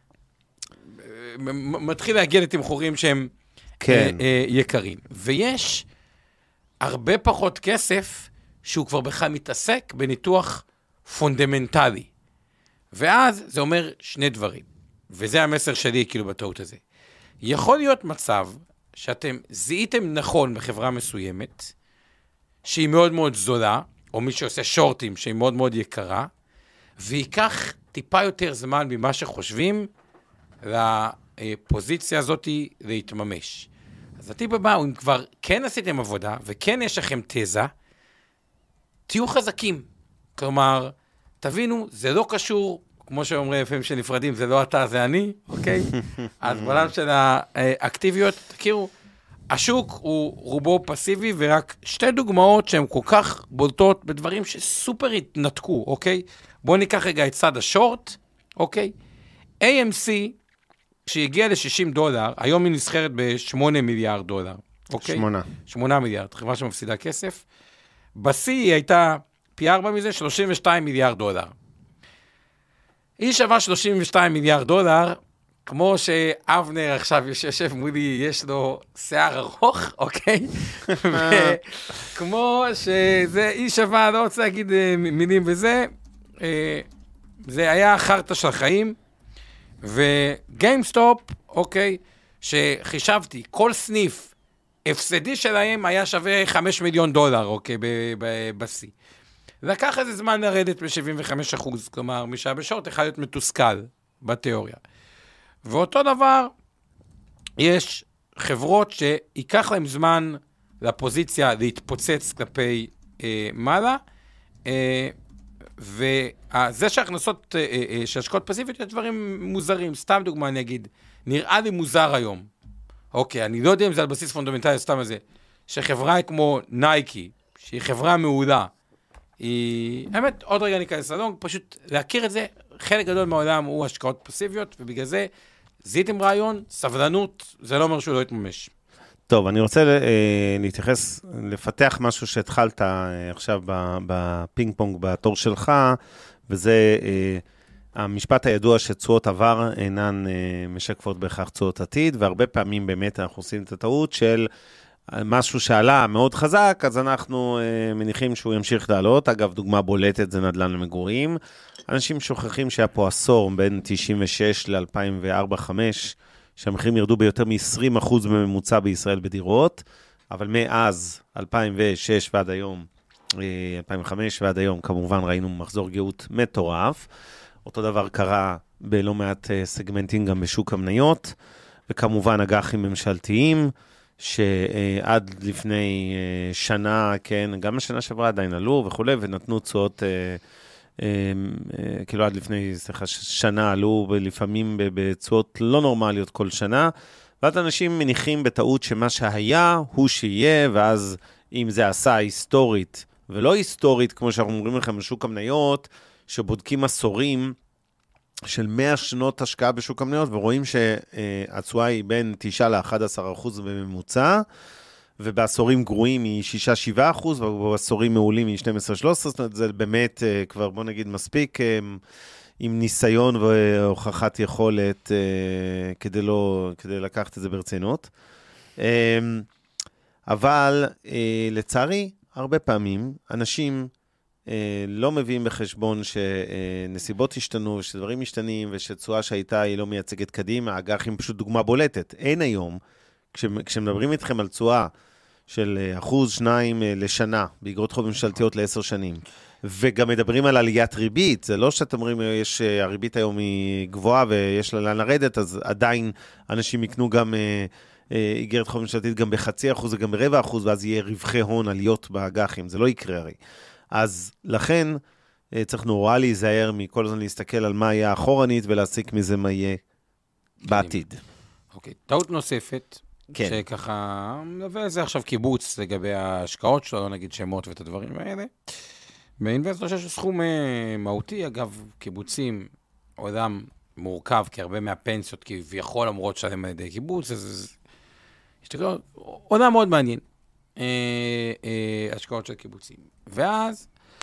מתחיל להגיע לתמחורים שהם כן. יקרים. ויש הרבה פחות כסף שהוא כבר בכלל מתעסק בניתוח פונדמנטלי. ואז זה אומר 2 דברים. וזה המסר שלי כאילו בטעות הזה. יכול להיות מצב שאתם זיהיתם נכון בחברה מסוימת, שהיא מאוד מאוד זולה, או מי שעושה שורטים שהיא מאוד מאוד יקרה, ויקח טיפה יותר זמן ממה שחושבים לפוזיציה הזאת להתממש. אז הטיפ הבא, אם כבר כן עשיתם עבודה, וכן יש לכם תזה, תהיו חזקים. כלומר, תבינו, זה לא קשור, כמו שאומרים לפעמים שנפרדים, זה לא אתה, זה אני, אוקיי? אז בעולם של האקטיביות, תכירו, השוק הוא רובו פסיבי, ורק 2 דוגמאות שהן כל כך בולטות בדברים שסופר התנתקו, אוקיי? בואו ניקח רגע את צד השורט, אוקיי? AMC, שהגיעה $60, היום היא נסחרת ב$8 מיליארד, אוקיי? 8 מיליארד, חברה שמפסידה כסף. בשיא היא הייתה פי 4 מזה, $32 מיליארד. היא שווה $32 מיליארד, כמו שאבנר עכשיו יושב מולי, יש לו שיער ארוך, אוקיי? וכמו שזה, היא שווה, לא רוצה להגיד מילים וזה, זה היה חרטה של החיים, וגיימסטופ, אוקיי, שחישבתי, כל סניף הפסדי שלהם היה שווה $5 מיליון, אוקיי, בשיא. לקח איזה זמן לרדת ב-75%, כלומר, מי שהיה בשורט יכול להיות מתוסכל בתיאוריה. ואותו דבר, יש חברות שיקח להם זמן לפוזיציה להתפוצץ כלפי מעלה, וזה שההכנסות שהשקעות פסיביות, יש דברים מוזרים. סתם דוגמה אני אגיד, נראה לי מוזר היום. אוקיי, אני לא יודע אם זה על בסיס פונדמנטלי, סתם הזה, שחברה כמו נייקי, שהיא חברה מעולה, היא, האמת, עוד רגע ניכנס ללונג, פשוט להכיר את זה, חלק גדול מהעולם הוא השקעות פסיביות, ובגלל זה זיהיתם רעיון, סבלנות, זה לא אומר שהוא לא יתממש. טוב, אני רוצה להתייחס, לפתח משהו שהתחלת עכשיו בפינג פונג בתור שלך, וזה המשפט הידוע שתשואות עבר אינן משקפות בהכרח תשואות עתיד, והרבה פעמים באמת אנחנו עושים את הטעות של משהו שעלה מאוד חזק, אז אנחנו מניחים שהוא ימשיך לעלות. אגב, דוגמה בולטת זה נדל"ן למגורים. אנשים שוכחים שהיה פה עשור בין 96 ל-2004-2005, שהמחירים ירדו ביותר מ-20% בממוצע בישראל בדירות, אבל מאז 2006 ועד היום, 2005 ועד היום, כמובן ראינו מחזור גאות מטורף. אותו דבר קרה בלא מעט סגמנטים גם בשוק המניות, וכמובן אג"חים ממשלתיים, שעד לפני שנה, כן, גם השנה שעברה עדיין עלו וכו', ונתנו תשואות, כאילו עד לפני שנה עלו לפעמים בתשואות לא נורמליות כל שנה, ואז אנשים מניחים בטעות שמה שהיה הוא שיהיה, ואז אם זה עשה היסטורית ולא היסטורית, כמו שאנחנו אומרים לכם בשוק המניות, שבודקים עשורים של 100 שנות השקעה בשוק המניות, ורואים שהתשואה היא בין 9-11% בממוצע, ובעשורים גרועים היא 6-7%, ובעשורים מעולים היא 12-13%, זאת אומרת, זה באמת כבר, בוא נגיד, מספיק עם ניסיון והוכחת יכולת כדי לקחת את זה ברצינות. אבל לצערי, הרבה פעמים אנשים לא מביאים בחשבון שנסיבות השתנו, ושדברים משתנים, ושתשואה שהייתה היא לא מייצגת קדימה. אג"חים פשוט דוגמה בולטת. אין היום, כשמדברים איתכם על תשואה של 1-2% לשנה, באגרות חוב ממשלתיות ל10 שנים, וגם מדברים על עליית ריבית, זה לא שאתם אומרים, הריבית היום היא גבוהה ויש לה לאן לרדת, אז עדיין אנשים יקנו גם אגרת חוב ממשלתית גם ב0.5% וגם ב0.25%, ואז יהיה רווחי הון עליות באג"חים, זה לא יקרה הרי. אז לכן צריך נורא להיזהר מכל הזמן להסתכל על מה יהיה אחורנית ולהסיק מזה מה יהיה בעתיד. אוקיי, טעות נוספת, שככה נביא לזה עכשיו קיבוץ לגבי ההשקעות שלו, לא נגיד שמות ואת הדברים האלה. באינבסטור שיש סכום מהותי, אגב, קיבוצים, עולם מורכב, כי הרבה מהפנסיות כביכול אמורות שלם על ידי קיבוץ, אז יש עולם מאוד מעניין. השקעות של קיבוצים. ואז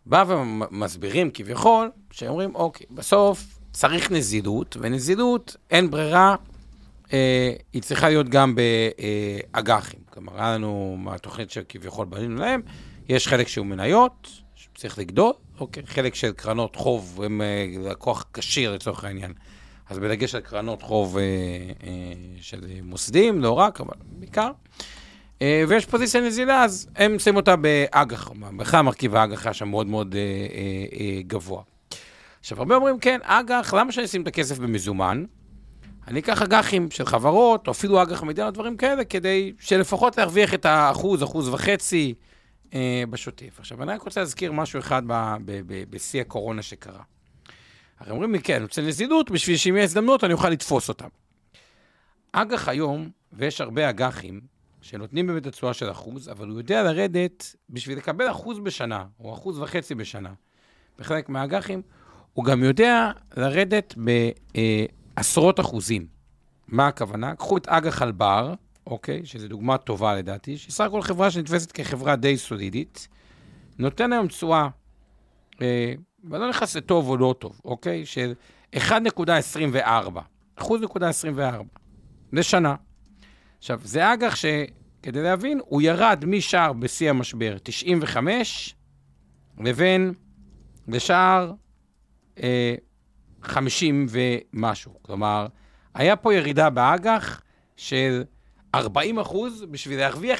בא ומסבירים כביכול, שאומרים, אוקיי, בסוף צריך נזילות, ונזילות אין ברירה, היא צריכה להיות גם באג"חים. כלומר, היה לנו מהתוכנית שכביכול בנינו להם, יש חלק שהוא מניות, שצריך לגדול, אוקיי, חלק של קרנות חוב, הם לקוח קשיר לצורך העניין. אז בדגש על קרנות חוב של מוסדים, לא רק, אבל בעיקר. ויש פוזיציה נזילה, אז הם שמים אותה באג"ח, בכלל מרכיב האג"ח היה שם מאוד מאוד גבוה. עכשיו, הרבה אומרים, כן, אג"ח, למה שאני אשים את הכסף במזומן? אני אקח אג"חים של חברות, או אפילו אג"ח מדינה, דברים כאלה, כדי שלפחות להרוויח את האחוז, 1.5% בשוטף. עכשיו, אני רק רוצה להזכיר משהו אחד בשיא הקורונה שקרה. הרי אומרים לי, כן, אני רוצה נזילות, בשביל שאם יהיה הזדמנות, אני אוכל לתפוס אותם. אג"ח היום, ויש הרבה אג"חים, שנותנים באמת התשואה של 1%, אבל הוא יודע לרדת, בשביל לקבל 1% בשנה, או 1.5% בשנה, בחלק מהאג"חים, הוא גם יודע לרדת בעשרות אחוזים. מה הכוונה? קחו את אג"ח אלבר, אוקיי, שזו דוגמה טובה לדעתי, שסך הכל חברה שנתפסת כחברה די סולידית, נותן היום תשואה, ולא נכנס לטוב או לא טוב, אוקיי, של 1.24, 1.24, לשנה. עכשיו, זה אג"ח שכדי להבין, הוא ירד משער בשיא המשבר 95, לבין לשער 50 ומשהו. כלומר, היה פה ירידה באג"ח של 40% בשביל להרוויח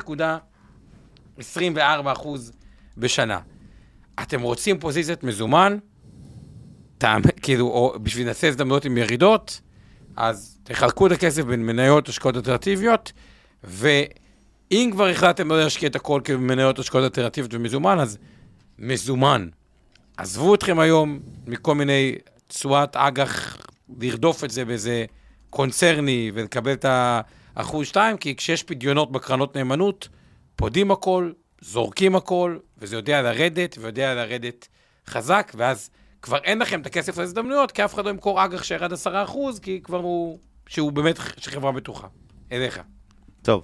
1.24% בשנה. אתם רוצים פוזיציית מזומן? כאילו, או בשביל נעשה הזדמנות עם ירידות, אז תחלקו את הכסף בין מניות השקעות אלטרנטיביות, ואם כבר החלטתם לא להשקיע את הכל כמניות השקעות אלטרנטיביות ומזומן, אז מזומן. עזבו אתכם היום מכל מיני תשואת אג"ח, לרדוף את זה באיזה קונצרני ולקבל את 1.2%, כי כשיש פדיונות בקרנות נאמנות, פודים הכל, זורקים הכל, וזה יודע לרדת, ויודע לרדת חזק, ואז כבר אין לכם את הכסף להזדמנויות, כי אף אחד לא ימכור אג"ח שירד 10%, כי כבר שהוא באמת חברה בטוחה. אליך. טוב.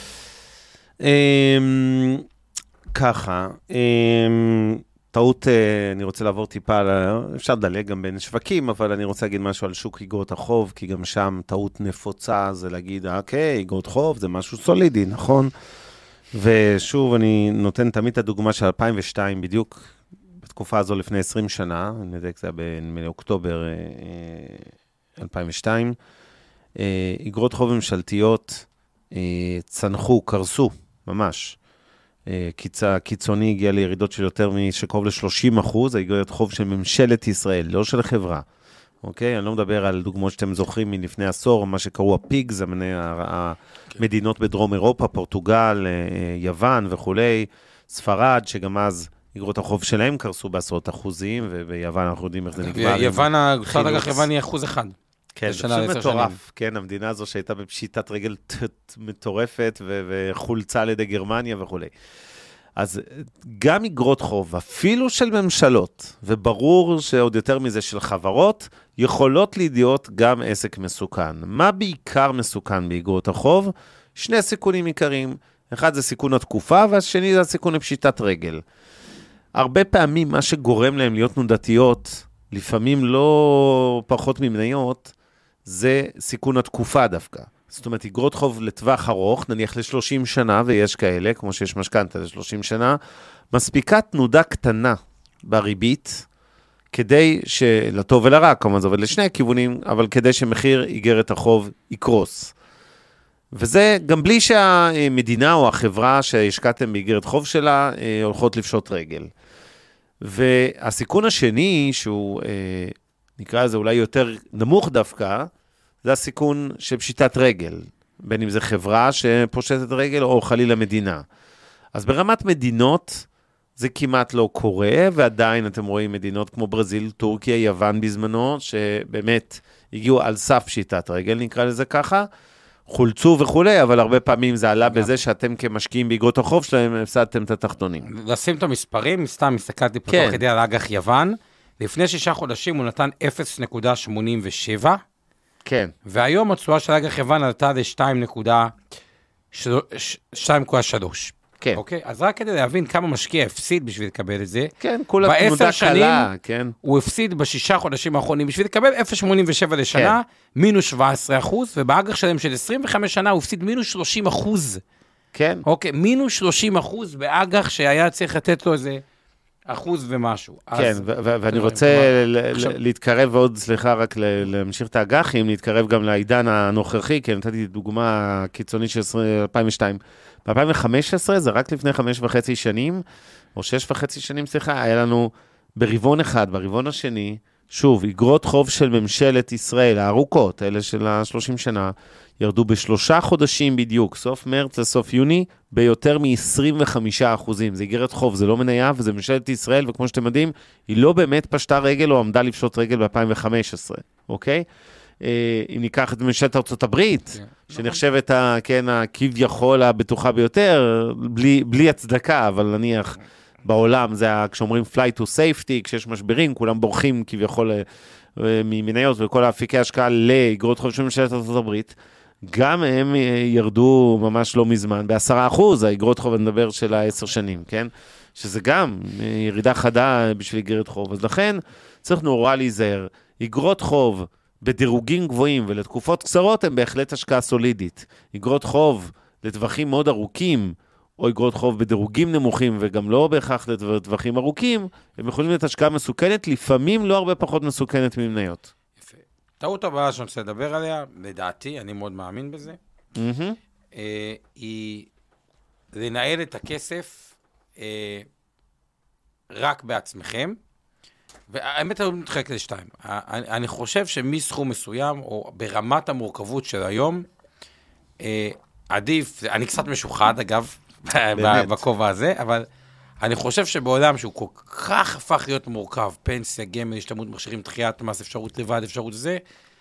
ככה, טעות, אני רוצה לעבור טיפה, אפשר לדלג גם בין שווקים, אבל אני רוצה להגיד משהו על שוק איגרות החוב, כי גם שם טעות נפוצה, זה להגיד, אוקיי, איגרות חוב זה משהו סולידי, נכון? ושוב, אני נותן תמיד את הדוגמה של 2002, בדיוק בתקופה הזו לפני 20 שנה, אני יודע, זה היה באוקטובר 2002, איגרות חוב ממשלתיות צנחו, קרסו, ממש. קיצוני הגיע לירידות של יותר שקרוב ל-30%, האיגרות חוב של ממשלת ישראל, לא של החברה. אוקיי? אני לא מדבר על דוגמאות שאתם זוכרים מלפני עשור, מה שקראו הפיגס, המדינות בדרום אירופה, פורטוגל, יוון וכולי, ספרד, שגם אז איגרות החוב שלהם קרסו בעשרות אחוזים, וביוון אנחנו יודעים איך זה נגמר. יוון, גופת אג"ח יוון היא 1%. כן, זה פשוט מטורף. כן, המדינה הזו שהייתה בפשיטת רגל מטורפת, וחולצה על ידי גרמניה וכולי. אז גם איגרות חוב, אפילו של ממשלות, וברור שעוד יותר מזה של חברות, יכולות להיות גם עסק מסוכן. מה בעיקר מסוכן באיגרות החוב? שני סיכונים עיקריים. אחד זה סיכון התקופה, והשני זה הסיכון לפשיטת רגל. הרבה פעמים מה שגורם להם להיות תנודתיות, לפעמים לא פחות ממניות, זה סיכון התקופה דווקא. זאת אומרת, איגרות חוב לטווח ארוך, נניח ל-30 שנה, ויש כאלה, כמו שיש משכנתה ל-30 שנה, מספיקה תנודה קטנה בריבית, כדי לטוב ולרע, כמובן זה עובד לשני הכיוונים, אבל כדי שמחיר איגרת החוב יקרוס. וזה גם בלי שהמדינה או החברה שהשקעתם באיגרת חוב שלה, הולכות לפשוט רגל. והסיכון השני, שהוא נקרא לזה אולי יותר נמוך דווקא, זה הסיכון של פשיטת רגל, בין אם זה חברה שפושטת רגל או חלילה מדינה. אז ברמת מדינות זה כמעט לא קורה, ועדיין אתם רואים מדינות כמו ברזיל, טורקיה, יוון בזמנו, שבאמת הגיעו על סף פשיטת רגל, נקרא לזה ככה, חולצו וכולי, אבל הרבה פעמים זה עלה בזה שאתם כמשקיעים באיגרות החוב שלהם, הפסדתם את התחתונים. לשים את המספרים, סתם הסתכלתי פה תוך כדי על אג"ח יוון, לפני 6 חודשים הוא נתן 0.87, כן. והיום התשואה של אג"ח יוון עלתה ל-2.3. כן. אוקיי? אז רק כדי להבין כמה משקיע הפסיד בשביל לקבל את זה, כן, כולה תנודה קלה, כן. הוא הפסיד ב6 חודשים האחרונים, בשביל לקבל 0.87 לשנה, מינוס 17%, ובאג"ח שלהם של 25 שנה הוא הפסיד מינוס 30%. כן. אוקיי, מינוס 30% באג"ח שהיה צריך לתת לו איזה 1% ומשהו. כן, ואני רוצה להתקרב עוד, סליחה, רק להמשיך את האג"חים, להתקרב גם לעידן הנוכחי, כי נתתי דוגמה קיצונית של 2002. ב-2015, זה רק לפני 5.5 שנים, או 6.5 שנים, סליחה, היה לנו ברבעון אחד, ברבעון השני, שוב, אגרות חוב של ממשלת ישראל, הארוכות, אלה של ה-30 שנה, ירדו ב3 חודשים בדיוק, סוף מרץ לסוף יוני, ביותר מ-25%. זה אגרת חוב, זה לא מניה, וזה ממשלת ישראל, וכמו שאתם יודעים, היא לא באמת פשטה רגל או עמדה לפשוט רגל ב-2015, אוקיי? אם ניקח את ממשלת ארצות הברית, שנחשבת, כן, הכביכול הבטוחה ביותר, בלי הצדקה, אבל נניח בעולם, זה כשאומרים fly to safety, כשיש משברים, כולם בורחים כביכול ממניות וכל האפיקי השקעה לאגרות חוב של ממשלת ארצות הברית, גם הם ירדו ממש לא מזמן, ב10%, האגרות חוב, אני מדבר של 10 שנים, כן? שזה גם ירידה חדה בשביל אגרת חוב. אז לכן צריך נורא להיזהר. אגרות חוב בדירוגים גבוהים ולתקופות קצרות הם בהחלט השקעה סולידית. אגרות חוב לטווחים מאוד ארוכים, או אגרות חוב בדירוגים נמוכים, וגם לא בהכרח לטווחים ארוכים, הם יכולים להיות השקעה מסוכנת, לפעמים לא הרבה פחות מסוכנת ממניות. יפה. טעות הבאה שאני רוצה לדבר עליה, לדעתי, אני מאוד מאמין בזה, היא לנהל את הכסף רק בעצמכם, והאמת אני מתחלק לשתיים. אני חושב שמסכום מסוים, או ברמת המורכבות של היום, עדיף, אני קצת משוחד אגב, בכובע הזה, אבל אני חושב שבעולם שהוא כל כך הפך להיות מורכב, פנסיה, גמל, השתלמות מכשירים, דחיית מס, אפשרות לבד, אפשרות זה,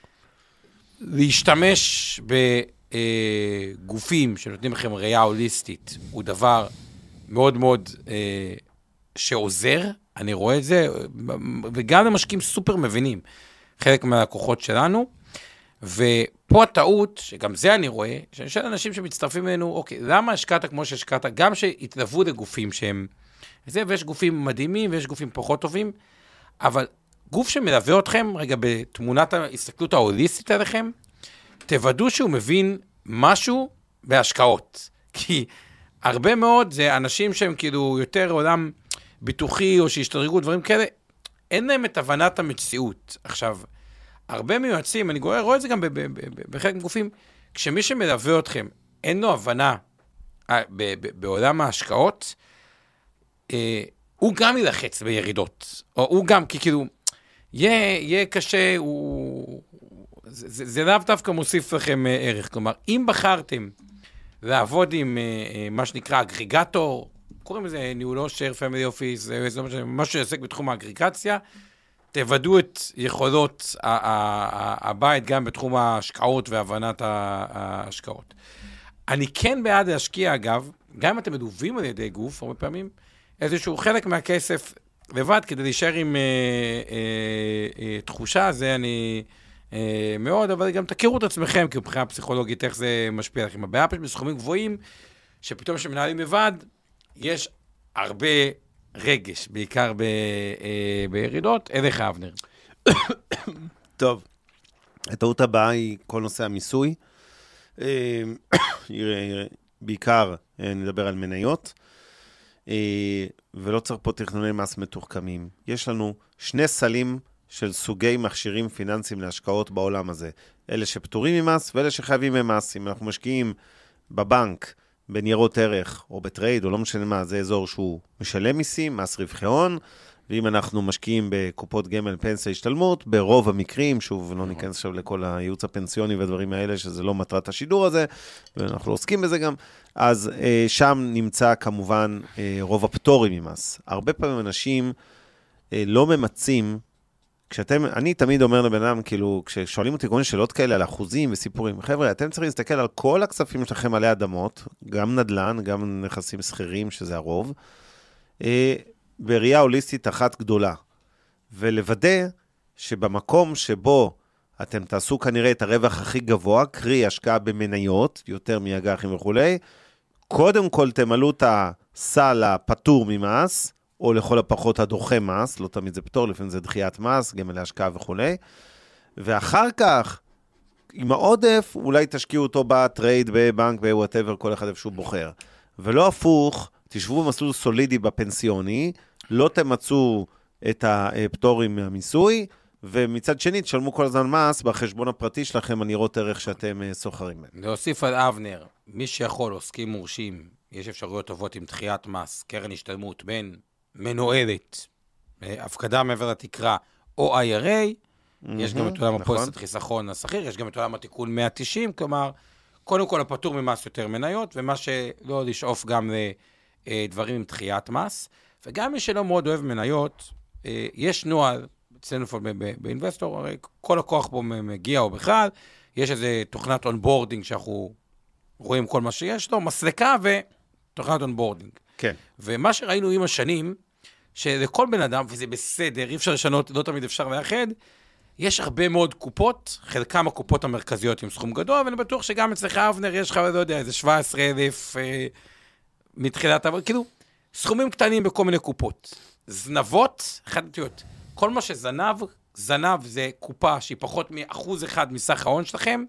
להשתמש בגופים שנותנים לכם ראייה הוליסטית, הוא דבר מאוד מאוד שעוזר, אני רואה את זה, וגם למשקיעים סופר מבינים, חלק מהלקוחות שלנו, ופה הטעות, שגם זה אני רואה, שיש אנשים שמצטרפים אלינו, אוקיי, למה השקעת כמו שהשקעת? גם שהתלוו לגופים שהם, זה, ויש גופים מדהימים, ויש גופים פחות טובים, אבל גוף שמלווה אתכם, רגע, בתמונת ההסתכלות ההוליסטית עליכם, תוודאו שהוא מבין משהו בהשקעות. כי הרבה מאוד זה אנשים שהם כאילו יותר עולם ביטוחי, או שהשתדרגו דברים כאלה, אין להם את הבנת המציאות. עכשיו, הרבה מיועצים, אני רואה את זה גם בחלק מגופים, כשמי שמלווה אתכם, אין לו הבנה בעולם ההשקעות, הוא גם ילחץ בירידות, או הוא גם, כי כאילו, יהיה קשה, זה לאו דווקא מוסיף לכם ערך. כלומר, אם בחרתם לעבוד עם מה שנקרא אגריגטור, קוראים לזה ניהולו שר, פמילי אופיס, משהו שעסק בתחום האגריגציה, תוודאו את יכולות הבית גם בתחום ההשקעות והבנת ההשקעות. אני כן בעד להשקיע, אגב, גם אם אתם מדובים על ידי גוף, הרבה פעמים, איזשהו חלק מהכסף לבד, כדי להישאר עם תחושה, זה אני מאוד, אבל גם תכירו את עצמכם, כי מבחינה פסיכולוגית, איך זה משפיע לכם. הבעיה פשוט בסכומים גבוהים, שפתאום שמנהלים לבד, יש הרבה רגש, בעיקר בירידות. אליך, אבנר. טוב, הטעות הבאה היא כל נושא המיסוי. בעיקר נדבר על מניות, ולא צריך פה תכנוני מס מתוחכמים. יש לנו 2 סלים של סוגי מכשירים פיננסיים להשקעות בעולם הזה. אלה שפטורים ממס ואלה שחייבים ממס. אם אנחנו משקיעים בבנק, בניירות ערך או בטרייד או לא משנה מה, זה אזור שהוא משלם מיסים, מס רווחי הון, ואם אנחנו משקיעים בקופות גמל, פנסיה, השתלמות, ברוב המקרים, שוב, לא ניכנס עכשיו לכל הייעוץ הפנסיוני והדברים האלה, שזה לא מטרת השידור הזה, ואנחנו לא עוסקים בזה גם, אז שם נמצא כמובן רוב הפטורים ממס. הרבה פעמים אנשים לא ממצים, אני תמיד אומר לבן אדם, כאילו, כששואלים אותי כל מיני שאלות כאלה על אחוזים וסיפורים, חבר'ה, אתם צריכים להסתכל על כל הכספים שלכם עלי אדמות, גם נדל"ן, גם נכסים סחירים, שזה הרוב, בראייה הוליסטית אחת גדולה, ולוודא שבמקום שבו אתם תעשו כנראה את הרווח הכי גבוה, קרי השקעה במניות, יותר מאג"חים וכו', קודם כל תמלאו את הסל הפטור ממס, או לכל הפחות הדוחה מס, לא תמיד זה פטור, לפעמים זה דחיית מס, גם להשקעה וכו'. ואחר כך, עם העודף, אולי תשקיעו אותו בטרייד, בבנק, בוואטאבר, כל אחד איפה שהוא בוחר. ולא הפוך, תשבו במסלול סולידי בפנסיוני, לא תמצאו את הפטורים מהמיסוי, ומצד שני, תשלמו כל הזמן מס בחשבון הפרטי שלכם, אני רואה ערך שאתם סוחרים. להוסיף על אבנר, מי שיכול, עוסקים מורשים, יש אפשרויות טובות עם דחיית מס, קרן השתלמות בין מנוהלת, הפקדה מעבר לתקרה, או IRA, יש גם את עולם הפוליסת חיסכון השכיר, יש גם את עולם התיקון 190, כלומר, קודם כל הפטור ממס יותר מניות, ומה שלא לשאוף גם לדברים עם דחיית מס, וגם מי שלא מאוד אוהב מניות, יש נוהל, אצלנו באינבסטור, הרי כל הכוח פה מגיע או בכלל, יש איזה תוכנת אונבורדינג שאנחנו רואים כל מה שיש לו, מסלקה ותוכנת אונבורדינג. כן. ומה שראינו עם השנים, שלכל בן אדם, וזה בסדר, אי אפשר לשנות, לא תמיד אפשר לאחד, יש הרבה מאוד קופות, חלקם הקופות המרכזיות עם סכום גדול, ואני בטוח שגם אצלך אבנר יש לך, לא יודע, איזה 17,000 מתחילת, כאילו, סכומים קטנים בכל מיני קופות. זנבות, חדתיות. כל מה שזנב, זנב זה קופה שהיא פחות מ1% מסך ההון שלכם,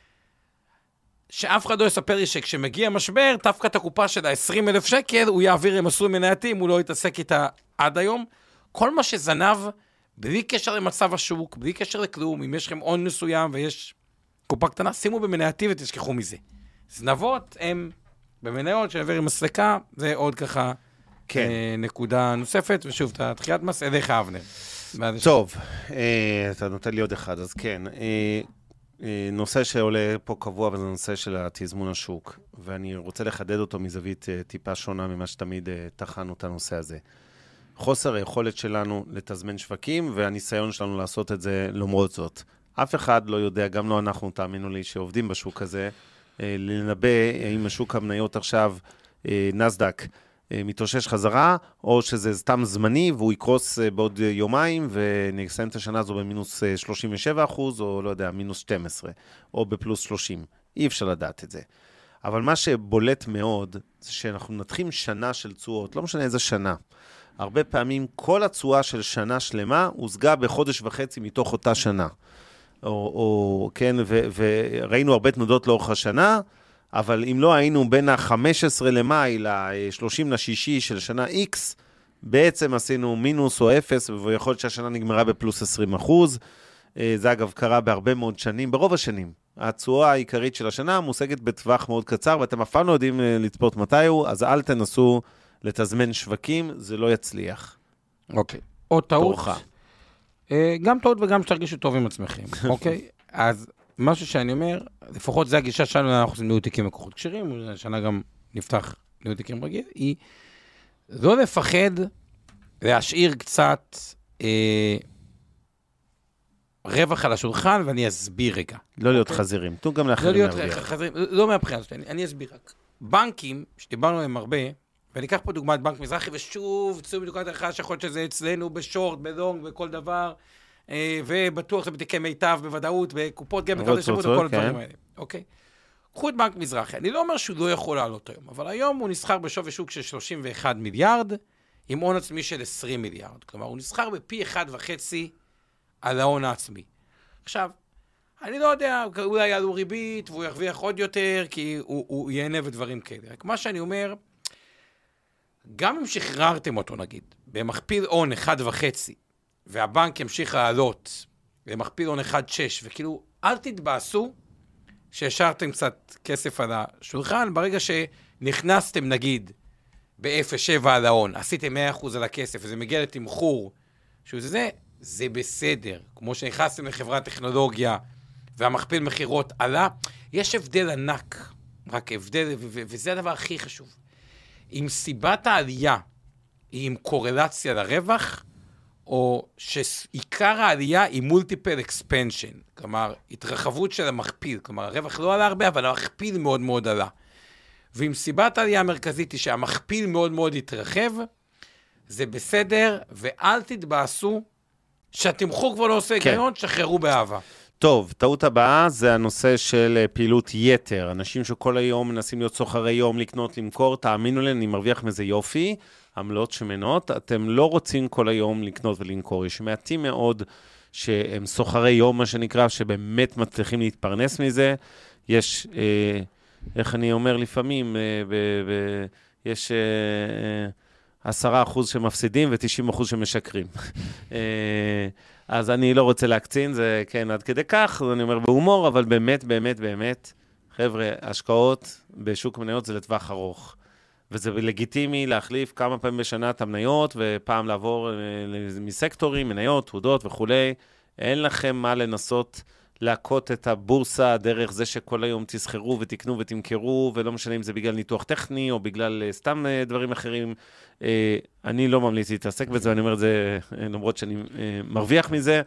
שאף אחד לא יספר לי שכשמגיע משבר, דווקא את הקופה של 20,000 שקל, הוא יעביר למסלול מנייתי, הוא לא יתעסק איתה עד היום. כל מה שזנב, בלי קשר למצב השוק, בלי קשר לכלום, אם יש לכם הון מסוים ויש קופה קטנה, שימו במנייתי ותשכחו מזה. זנבות הם במניות שעבר עם מסלקה, זה עוד ככה כן. נקודה נוספת, ושוב, אתה תחיית מס, אליך אבנר. טוב, אתה נותן לי עוד אחד, אז כן. נושא שעולה פה קבוע, וזה נושא של התזמון השוק, ואני רוצה לחדד אותו מזווית טיפה שונה ממה שתמיד תחנו את הנושא הזה. חוסר היכולת שלנו לתזמן שווקים, והניסיון שלנו לעשות את זה למרות זאת. אף אחד לא יודע, גם לא אנחנו, תאמינו לי, שעובדים בשוק הזה, לנבא אם השוק המניות עכשיו נסדק מתאושש חזרה, או שזה סתם זמני, והוא יקרוס בעוד יומיים, ונסיים את השנה הזו במינוס 37%, או לא יודע, מינוס 12, או בפלוס 30. אי אפשר לדעת את זה. אבל מה שבולט מאוד, זה שאנחנו נתחילים שנה של תשואות, לא משנה איזה שנה. הרבה פעמים כל התשואה של שנה שלמה, הושגה בחודש וחצי מתוך אותה שנה. כן, וראינו הרבה תנודות לאורך השנה, אבל אם לא היינו בין ה-15 למאי ל-30 לשישי של שנה X, בעצם עשינו מינוס או אפס, ויכול להיות שהשנה נגמרה בפלוס 20%. זה אגב קרה בהרבה מאוד שנים, ברוב השנים. התשואה העיקרית של השנה מושגת בטווח מאוד קצר, ואתם אף פעם לא יודעים לצפות מתי הוא, אז אל תנסו לתזמן שווקים, זה לא יצליח. אוקיי. עוד טעות. גם טעות וגם שתרגישו טוב עם עצמכם. אוקיי? אז משהו שאני אומר, לפחות זה הגישה שלנו, אנחנו עושים ניהול תיקים לקוחות קשרים, השנה גם נפתח ניהול תיקים רגיל, היא לא לפחד להשאיר קצת רווח על השולחן, ואני אסביר רגע. לא להיות חזירים, תנו גם לאחרים להרוויח. לא מהבחינה שלי, אני אסביר רק. בנקים, שדיברנו עליהם הרבה, ואני אקח פה דוגמת בנק מזרחי, ושוב, צאו מדוגמת אחת שיכול להיות שזה אצלנו בשורט, בלונג, בכל דבר, ובטוח זה בתיקי מיטב, בוודאות, בקופות גם בקרנות השירות, וכל הדברים האלה. אוקיי? קחו את בנק מזרחי. אני לא אומר שהוא לא יכול לעלות היום, אבל היום הוא נסחר בשווי שוק של 31 מיליארד, עם הון עצמי של 20 מיליארד. כלומר, הוא נסחר בפי 1.5 על ההון העצמי. עכשיו, אני לא יודע, אולי יעלו ריבית, והוא ירוויח עוד יותר, כי הוא ייהנה ודברים כאלה. רק מה שאני אומר, גם אם שחררתם אותו, נגיד, במכפיל הון 1.5, והבנק ימשיך לעלות במכפיל הון 1.6, וכאילו, אל תתבאסו שהשארתם קצת כסף על השולחן, ברגע שנכנסתם, נגיד, ב-0.7 על ההון, עשיתם 100% על הכסף, וזה מגיע לתמחור, זה בסדר. כמו שנכנסתם לחברת טכנולוגיה, והמכפיל מחירות עלה, יש הבדל ענק, רק הבדל, וזה הדבר הכי חשוב. אם סיבת העלייה היא עם קורלציה לרווח, או שעיקר העלייה היא מולטיפל אקספנשן, כלומר, התרחבות של המכפיל, כלומר, הרווח לא עלה הרבה, אבל המכפיל מאוד מאוד עלה. ואם סיבת העלייה המרכזית היא שהמכפיל מאוד מאוד התרחב, זה בסדר, ואל תתבאסו, שהתמחור כבר לא עושה היגיון, שחררו באהבה. טוב, טעות הבאה זה הנושא של פעילות יתר. אנשים שכל היום מנסים להיות סוחרי יום, לקנות, למכור, תאמינו לי, אני מרוויח מזה יופי, עמלות שמנות. אתם לא רוצים כל היום לקנות ולמכור. יש מעטים מאוד שהם סוחרי יום, מה שנקרא, שבאמת מצליחים להתפרנס מזה. יש, איך אני אומר לפעמים, יש 10% שמפסידים ו90% שמשקרים. אז אני לא רוצה להקצין, זה כן עד כדי כך, אני אומר בהומור, אבל באמת, באמת, באמת, חבר'ה, השקעות בשוק מניות זה לטווח ארוך. וזה לגיטימי להחליף כמה פעמים בשנה את המניות, ופעם לעבור מסקטורים, מניות, תעודות וכולי. אין לכם מה לנסות להכות את הבורסה דרך זה שכל היום תסחרו ותקנו ותמכרו, ולא משנה אם זה בגלל ניתוח טכני או בגלל סתם דברים אחרים. אני לא ממליץ להתעסק בזה, ואני אומר את זה למרות שאני מרוויח מזה.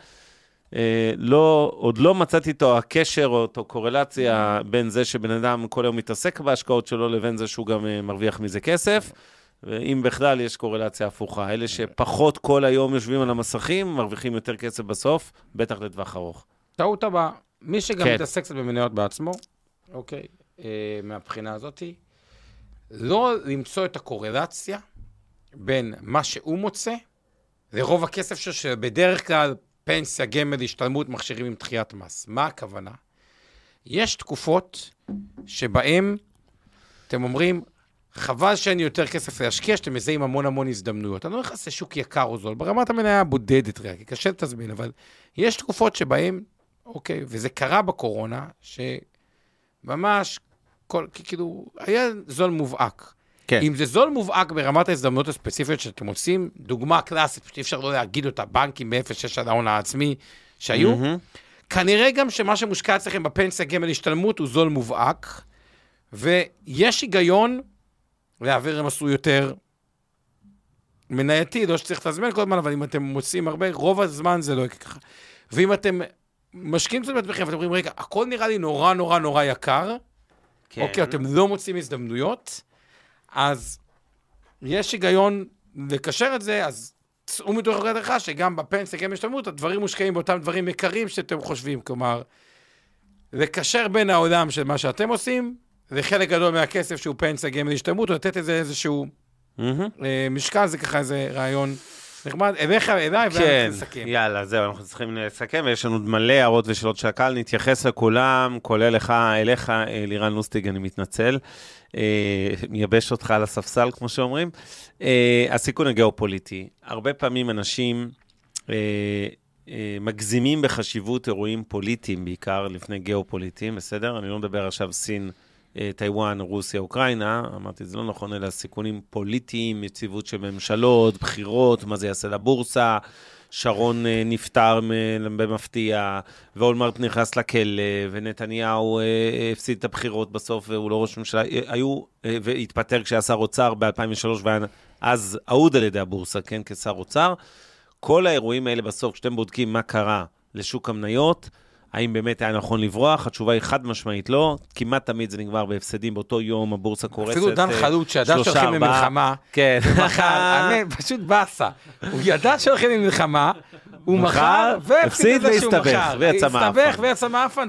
עוד לא מצאתי איתו הקשר או אותו קורלציה בין זה שבן אדם כל היום מתעסק בהשקעות שלו לבין זה שהוא גם מרוויח מזה כסף. ואם בכלל יש קורלציה הפוכה, אלה שפחות כל היום יושבים על המסכים, מרוויחים יותר כסף בסוף, בטח לטווח ארוך. טעות הבאה, מי שגם מתעסק קצת במניות בעצמו, אוקיי, מהבחינה הזאת, לא למצוא את הקורלציה בין מה שהוא מוצא, לרוב הכסף שבדרך כלל פנסיה, גמל, השתלמות, מכשירים עם דחיית מס. מה הכוונה? יש תקופות שבהם אתם אומרים, חבל שאין לי יותר כסף להשקיע, שאתם מזהים המון הזדמנויות. אני לא נכנס לשוק יקר או זול, ברמת המניה הבודדת, כי קשה לתזמין, אבל יש תקופות שבהם, אוקיי, וזה קרה בקורונה, שממש, כאילו, היה זול מובהק. כן. אם זה זול מובהק ברמת ההזדמנות הספציפיות שאתם עושים, דוגמה קלאסית, פשוט אפשר לא להגיד אותה, בנקים ב-0.6 על ההון העצמי שהיו, כנראה גם שמה שמושקע אצלכם בפנסיה גמל השתלמות הוא זול מובהק, ויש היגיון להעביר למסלול יותר מנייתי, לא שצריך לתזמן כל הזמן, אבל אם אתם מוצאים הרבה, רוב הזמן זה לא ככה. ואם אתם משקיעים קצת בעצמכם, ואתם אומרים, רגע, הכל נראה לי נורא יקר, כן. אוקיי, אתם לא מוצאים הזדמנויות, אז יש היגיון לקשר את זה, אז צאו מתוך רגע לך, שגם בפנסיה, גם השתלמות, הדברים מושקעים באותם דברים יקרים שאתם חושבים, כלומר, לקשר בין העולם של מה שאתם עושים, לחלק גדול מהכסף שהוא פנסיה, גמל השתלמות, או לתת איזשהו משקל, זה ככה איזה רעיון נחמד, אליך, אליי, כן, לסכם. יאללה, זהו, אנחנו צריכים לסכם, ויש לנו מלא הערות ושאלות של הקהל, נתייחס לכולם, כולל אליך, לירן לוסטיג, אני מתנצל, מייבש אותך על הספסל, כמו שאומרים. הסיכון הגיאופוליטי, הרבה פעמים אנשים מגזימים בחשיבות אירועים פוליטיים, בעיקר לפני גיאופוליטיים, בסדר? אני לא מדבר עכשיו סין, טיואן, רוסיה, אוקראינה, אמרתי, זה לא נכון, אלא סיכונים פוליטיים, יציבות של ממשלות, בחירות, מה זה יעשה לבורסה, שרון נפטר במפתיע, ואולמרט נכנס לכלא, ונתניהו הפסיד את הבחירות בסוף, והוא לא ראש ממשלה, והתפטר כשהיה שר אוצר ב-2003, ואז אהוד על ידי הבורסה, כן, כשר אוצר. כל האירועים האלה בסוף, כשאתם בודקים מה קרה לשוק המניות, האם באמת היה נכון לברוח? התשובה היא חד משמעית לא, כמעט תמיד זה נגמר בהפסדים, באותו יום הבורסה קורסת. אפילו דן חלוט שידע שהולכים למלחמה, כן. פשוט באסה. הוא ידע שהולכים למלחמה, הוא מחר, והפסיד והסתבך, ויצא מאפן. הסתבך ויצא מאפן,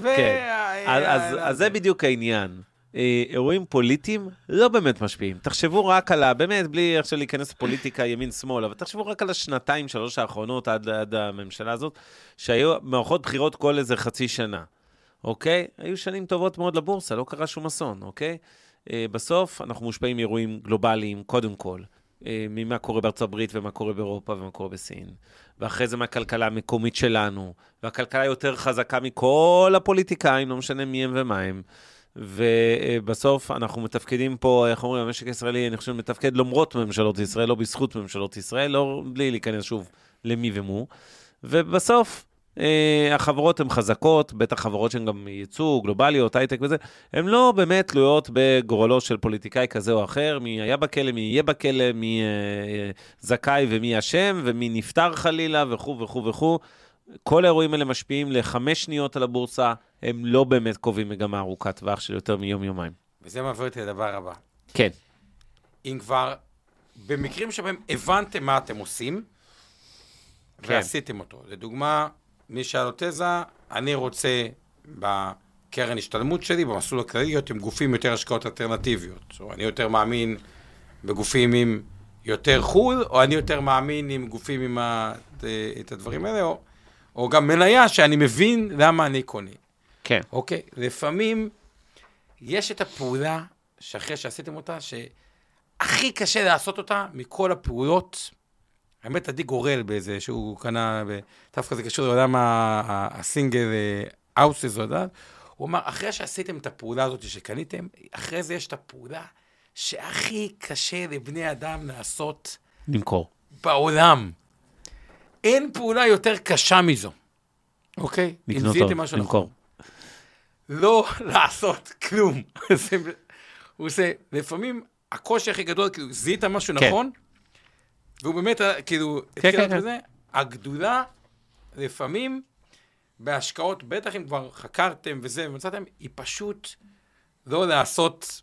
אז זה בדיוק העניין. אירועים פוליטיים לא באמת משפיעים. תחשבו רק על באמת, בלי עכשיו להיכנס לפוליטיקה ימין-שמאל, אבל תחשבו רק על השנתיים, 3 האחרונות עד הממשלה הזאת, שהיו מערכות בחירות כל איזה חצי שנה. אוקיי? היו שנים טובות מאוד לבורסה, לא קרה שום אסון, אוקיי? בסוף אנחנו מושפעים מאירועים גלובליים, קודם כל, ממה קורה בארצות הברית ומה קורה באירופה ומה קורה בסין. ואחרי זה מהכלכלה המקומית שלנו, והכלכלה יותר חזקה מכל הפוליטיקאים, לא משנה מי הם ומה הם. ובסוף אנחנו מתפקדים פה, איך אומרים, המשק הישראלי, אני חושב, מתפקד למרות ממשלות ישראל, לא בזכות ממשלות ישראל, לא בלי להיכנס שוב למי ומו. ובסוף, החברות הן חזקות, בטח חברות שהן גם ייצוא, גלובליות, הייטק וזה, הן לא באמת תלויות בגורלו של פוליטיקאי כזה או אחר, מי היה בכלא, מי יהיה בכלא, מי זכאי ומי אשם, ומי נפטר חלילה וכו' וכו' וכו'. כל האירועים האלה משפיעים ל5 שניות על הבורסה, הם לא באמת קובעים מגמה ארוכת טווח של יותר מיום-יומיים. וזה מעביר אותי לדבר הבא. כן. אם כבר, במקרים שבהם הבנתם מה אתם עושים, ועשיתם אותו. לדוגמה, מי שאל לו תזה, אני רוצה בקרן השתלמות שלי, במסלול הכללי, להיות עם גופים יותר השקעות אלטרנטיביות. או אני יותר מאמין בגופים עם יותר חול, או אני יותר מאמין עם גופים עם את הדברים האלה, או גם מניה שאני מבין למה אני קונה. כן. אוקיי? לפעמים יש את הפעולה שאחרי שעשיתם אותה, שהכי קשה לעשות אותה מכל הפעולות. האמת, עדי גורל באיזה שהוא קנה, דווקא זה קשור לעולם הסינגל האוסס, הוא אמר, אחרי שעשיתם את הפעולה הזאת שקניתם, אחרי זה יש את הפעולה שהכי קשה לבני אדם לעשות למכור. בעולם. אין פעולה יותר קשה מזו. אוקיי? אם זיהיתם משהו נכון. לא לעשות כלום. הוא עושה, לפעמים הקושי הכי גדול, כאילו, זיהית משהו נכון, והוא באמת, כאילו, התחיל בזה, הגדולה, לפעמים, בהשקעות, בטח אם כבר חקרתם וזה, ומצאתם, היא פשוט לא לעשות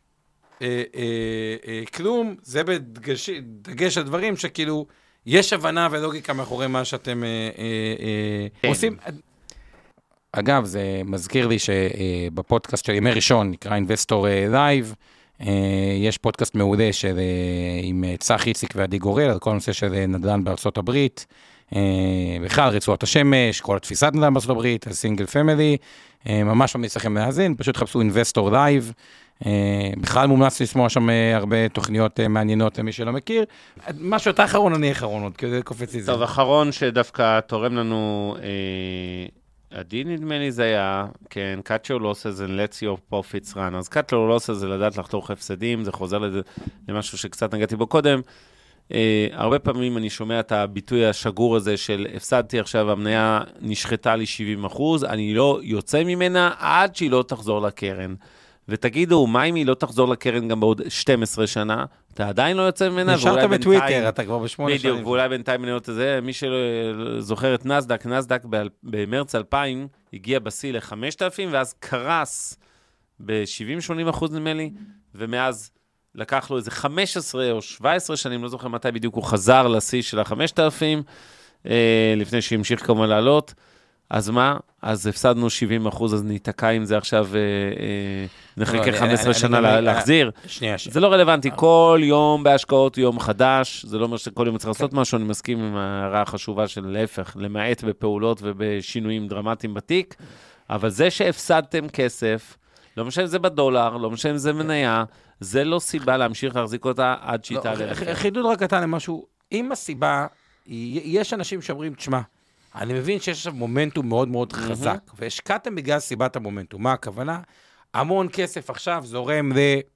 כלום, זה בדגש על דברים שכאילו, יש הבנה ולוגיקה מאחורי מה שאתם עושים. אגב, זה מזכיר לי שבפודקאסט של ימי ראשון, נקרא Investor Live, יש פודקאסט מעולה עם צחי איציק ועדי גורל, על כל הנושא של נדל"ן בארצות הברית, בכלל רצועת השמש, כל התפיסת נדל"ן בארצות הברית, על סינגל פמילי, ממש ממליץ לכם להאזין, פשוט חפשו Investor Live, בכלל מומלץ לשמוע שם הרבה תוכניות מעניינות למי שלא מכיר. משהו יותר אחרון, אני אחרון עוד, כי זה קופץ לי זה. טוב, אחרון שדווקא תורם לנו, עדי נדמה לי זה היה, כן, cut your losses and let your profits run. אז cut your losses זה לדעת לחתוך הפסדים, זה חוזר למשהו שקצת נגעתי בו קודם. הרבה פעמים אני שומע את הביטוי השגור הזה של הפסדתי עכשיו, המניה נשחטה לי 70%, אני לא יוצא ממנה עד שהיא לא תחזור לקרן. ותגידו, מה אם היא לא תחזור לקרן גם בעוד 12 שנה? אתה עדיין לא יוצא ממנה? נשארת בטוויטר, אתה כבר ב8 שנים. בדיוק, ואולי בינתיים אני את זה, מי שזוכר את נסדק, נסדק במרץ 2000 הגיע בשיא ל-5,000, ואז קרס ב-70-80% נדמה לי, ומאז לקח לו איזה 15 או 17 שנים, לא זוכר מתי בדיוק הוא חזר לשיא של ה-5,000, לפני שהמשיך כמובן לעלות. אז מה? אז הפסדנו 70%, אז ניתקע עם זה עכשיו, נחכה 15 שנה להחזיר. זה לא רלוונטי, כל יום בהשקעות יום חדש, זה לא אומר שכל יום צריך לעשות משהו, אני מסכים עם ההערה החשובה של להפך, למעט בפעולות ובשינויים דרמטיים בתיק, אבל זה שהפסדתם כסף, לא משנה אם זה בדולר, לא משנה אם זה מניה, זה לא סיבה להמשיך להחזיק אותה עד שהיא תעלה. חידוד רק קטן למשהו, אם הסיבה, יש אנשים שאומרים, תשמע, אני מבין שיש עכשיו מומנטום מאוד מאוד חזק, והשקעתם בגלל סיבת המומנטום. מה הכוונה? המון כסף עכשיו זורם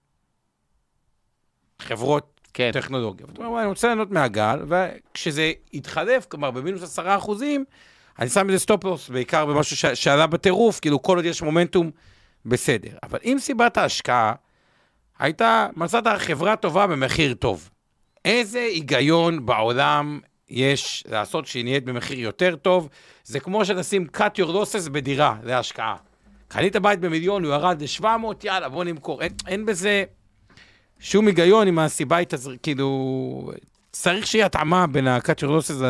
לחברות טכנולוגיה. זאת אומרת, אני רוצה לענות מהגל, וכשזה יתחלף, כלומר, במינוס 10%, אני שם איזה סטופ-לוס, בעיקר במשהו שעלה בטירוף, כאילו כל עוד יש מומנטום בסדר. אבל אם סיבת ההשקעה הייתה, מצאת חברה טובה במחיר טוב. איזה היגיון בעולם יש לעשות שהיא נהיית במחיר יותר טוב? זה כמו שנשים cut your losses בדירה להשקעה. קנית בית במיליון, הוא ירד ל-700, יאללה, בוא נמכור. אין בזה שום היגיון עם הסיבה, כאילו, צריך שיהיה התאמה בין ה-cut your losses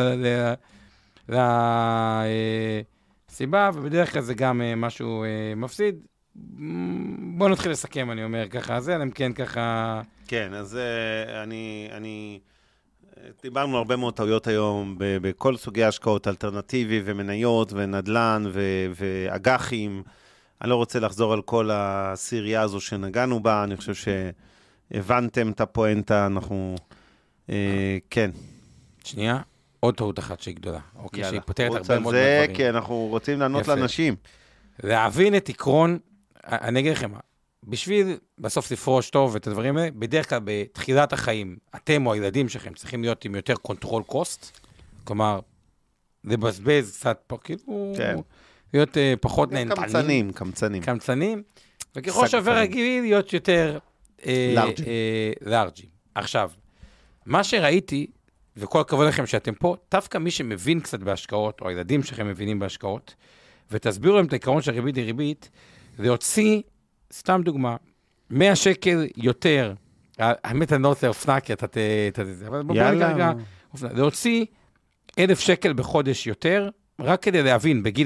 לסיבה, ובדרך כלל זה גם משהו מפסיד. בוא נתחיל לסכם, אני אומר ככה, אז אלא כן ככה. כן, אז אני דיברנו הרבה מאוד טעויות היום בכל סוגי ההשקעות, אלטרנטיבי ומניות ונדלן ואג"חים. אני לא רוצה לחזור על כל הסירייה הזו שנגענו בה, אני חושב שהבנתם את הפואנטה, אנחנו, כן. שנייה, עוד טעות אחת שהיא גדולה. אוקיי, שהיא פותרת הרבה מאוד זה, מהדברים. כי אנחנו רוצים לענות לאנשים. להבין את עקרון, אני אגיד לכם מה, בשביל בסוף לפרוש טוב את הדברים האלה, בדרך כלל בתחילת החיים, אתם או הילדים שלכם צריכים להיות עם יותר קונטרול קוסט, כלומר, לבזבז קצת פה, כאילו, להיות פחות נהנתנים. קמצנים, וככל שעובר הגיל להיות יותר לארג'ים. עכשיו, מה שראיתי, וכל הכבוד לכם שאתם פה, דווקא מי שמבין קצת בהשקעות, או הילדים שלכם מבינים בהשקעות, ותסבירו להם את העיקרון של ריבית דריבית, זה יוציא, סתם דוגמה, 100 שקל יותר, האמת אני לא רוצה אופנה, כי אתה זה, אבל בואו נרגע, זה יוציא 1,000 שקל בחודש יותר, רק כדי להבין, בגיל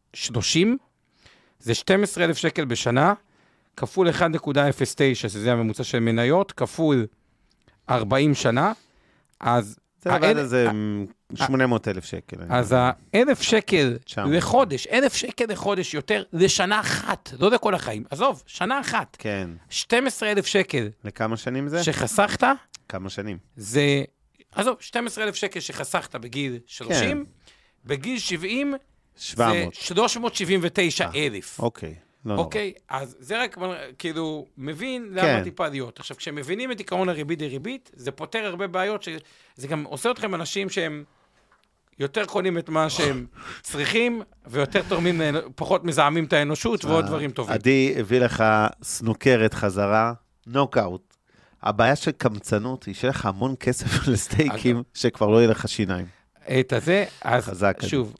30, זה 12,000 שקל בשנה, כפול 1.09, שזה הממוצע של מניות, כפול 40 שנה, אז... זה עבד איזה 800,000 שקל. אז 1,000 שקל לחודש, 1,000 שקל לחודש יותר לשנה אחת, לא לכל החיים. עזוב, שנה אחת. כן. 12,000 שקל. לכמה שנים זה? שחסכת. כמה שנים? זה, עזוב, 12,000 שקל שחסכת בגיל 30, בגיל 70, 700. זה 379,000. אוקיי. לא נורא. אוקיי, אז זה רק כאילו מבין למה טיפה להיות. עכשיו, כשמבינים את עיקרון הריבית דריבית, זה פותר הרבה בעיות, זה גם עושה אתכם אנשים שהם יותר קונים את מה שהם צריכים, ויותר תורמים, פחות מזהמים את האנושות, ועוד דברים טובים. עדי הביא לך סנוקרת חזרה, נוקאוט. הבעיה של קמצנות היא שיהיה לך המון כסף לסטייקים, שכבר לא יהיה לך שיניים. את הזה, אז שוב,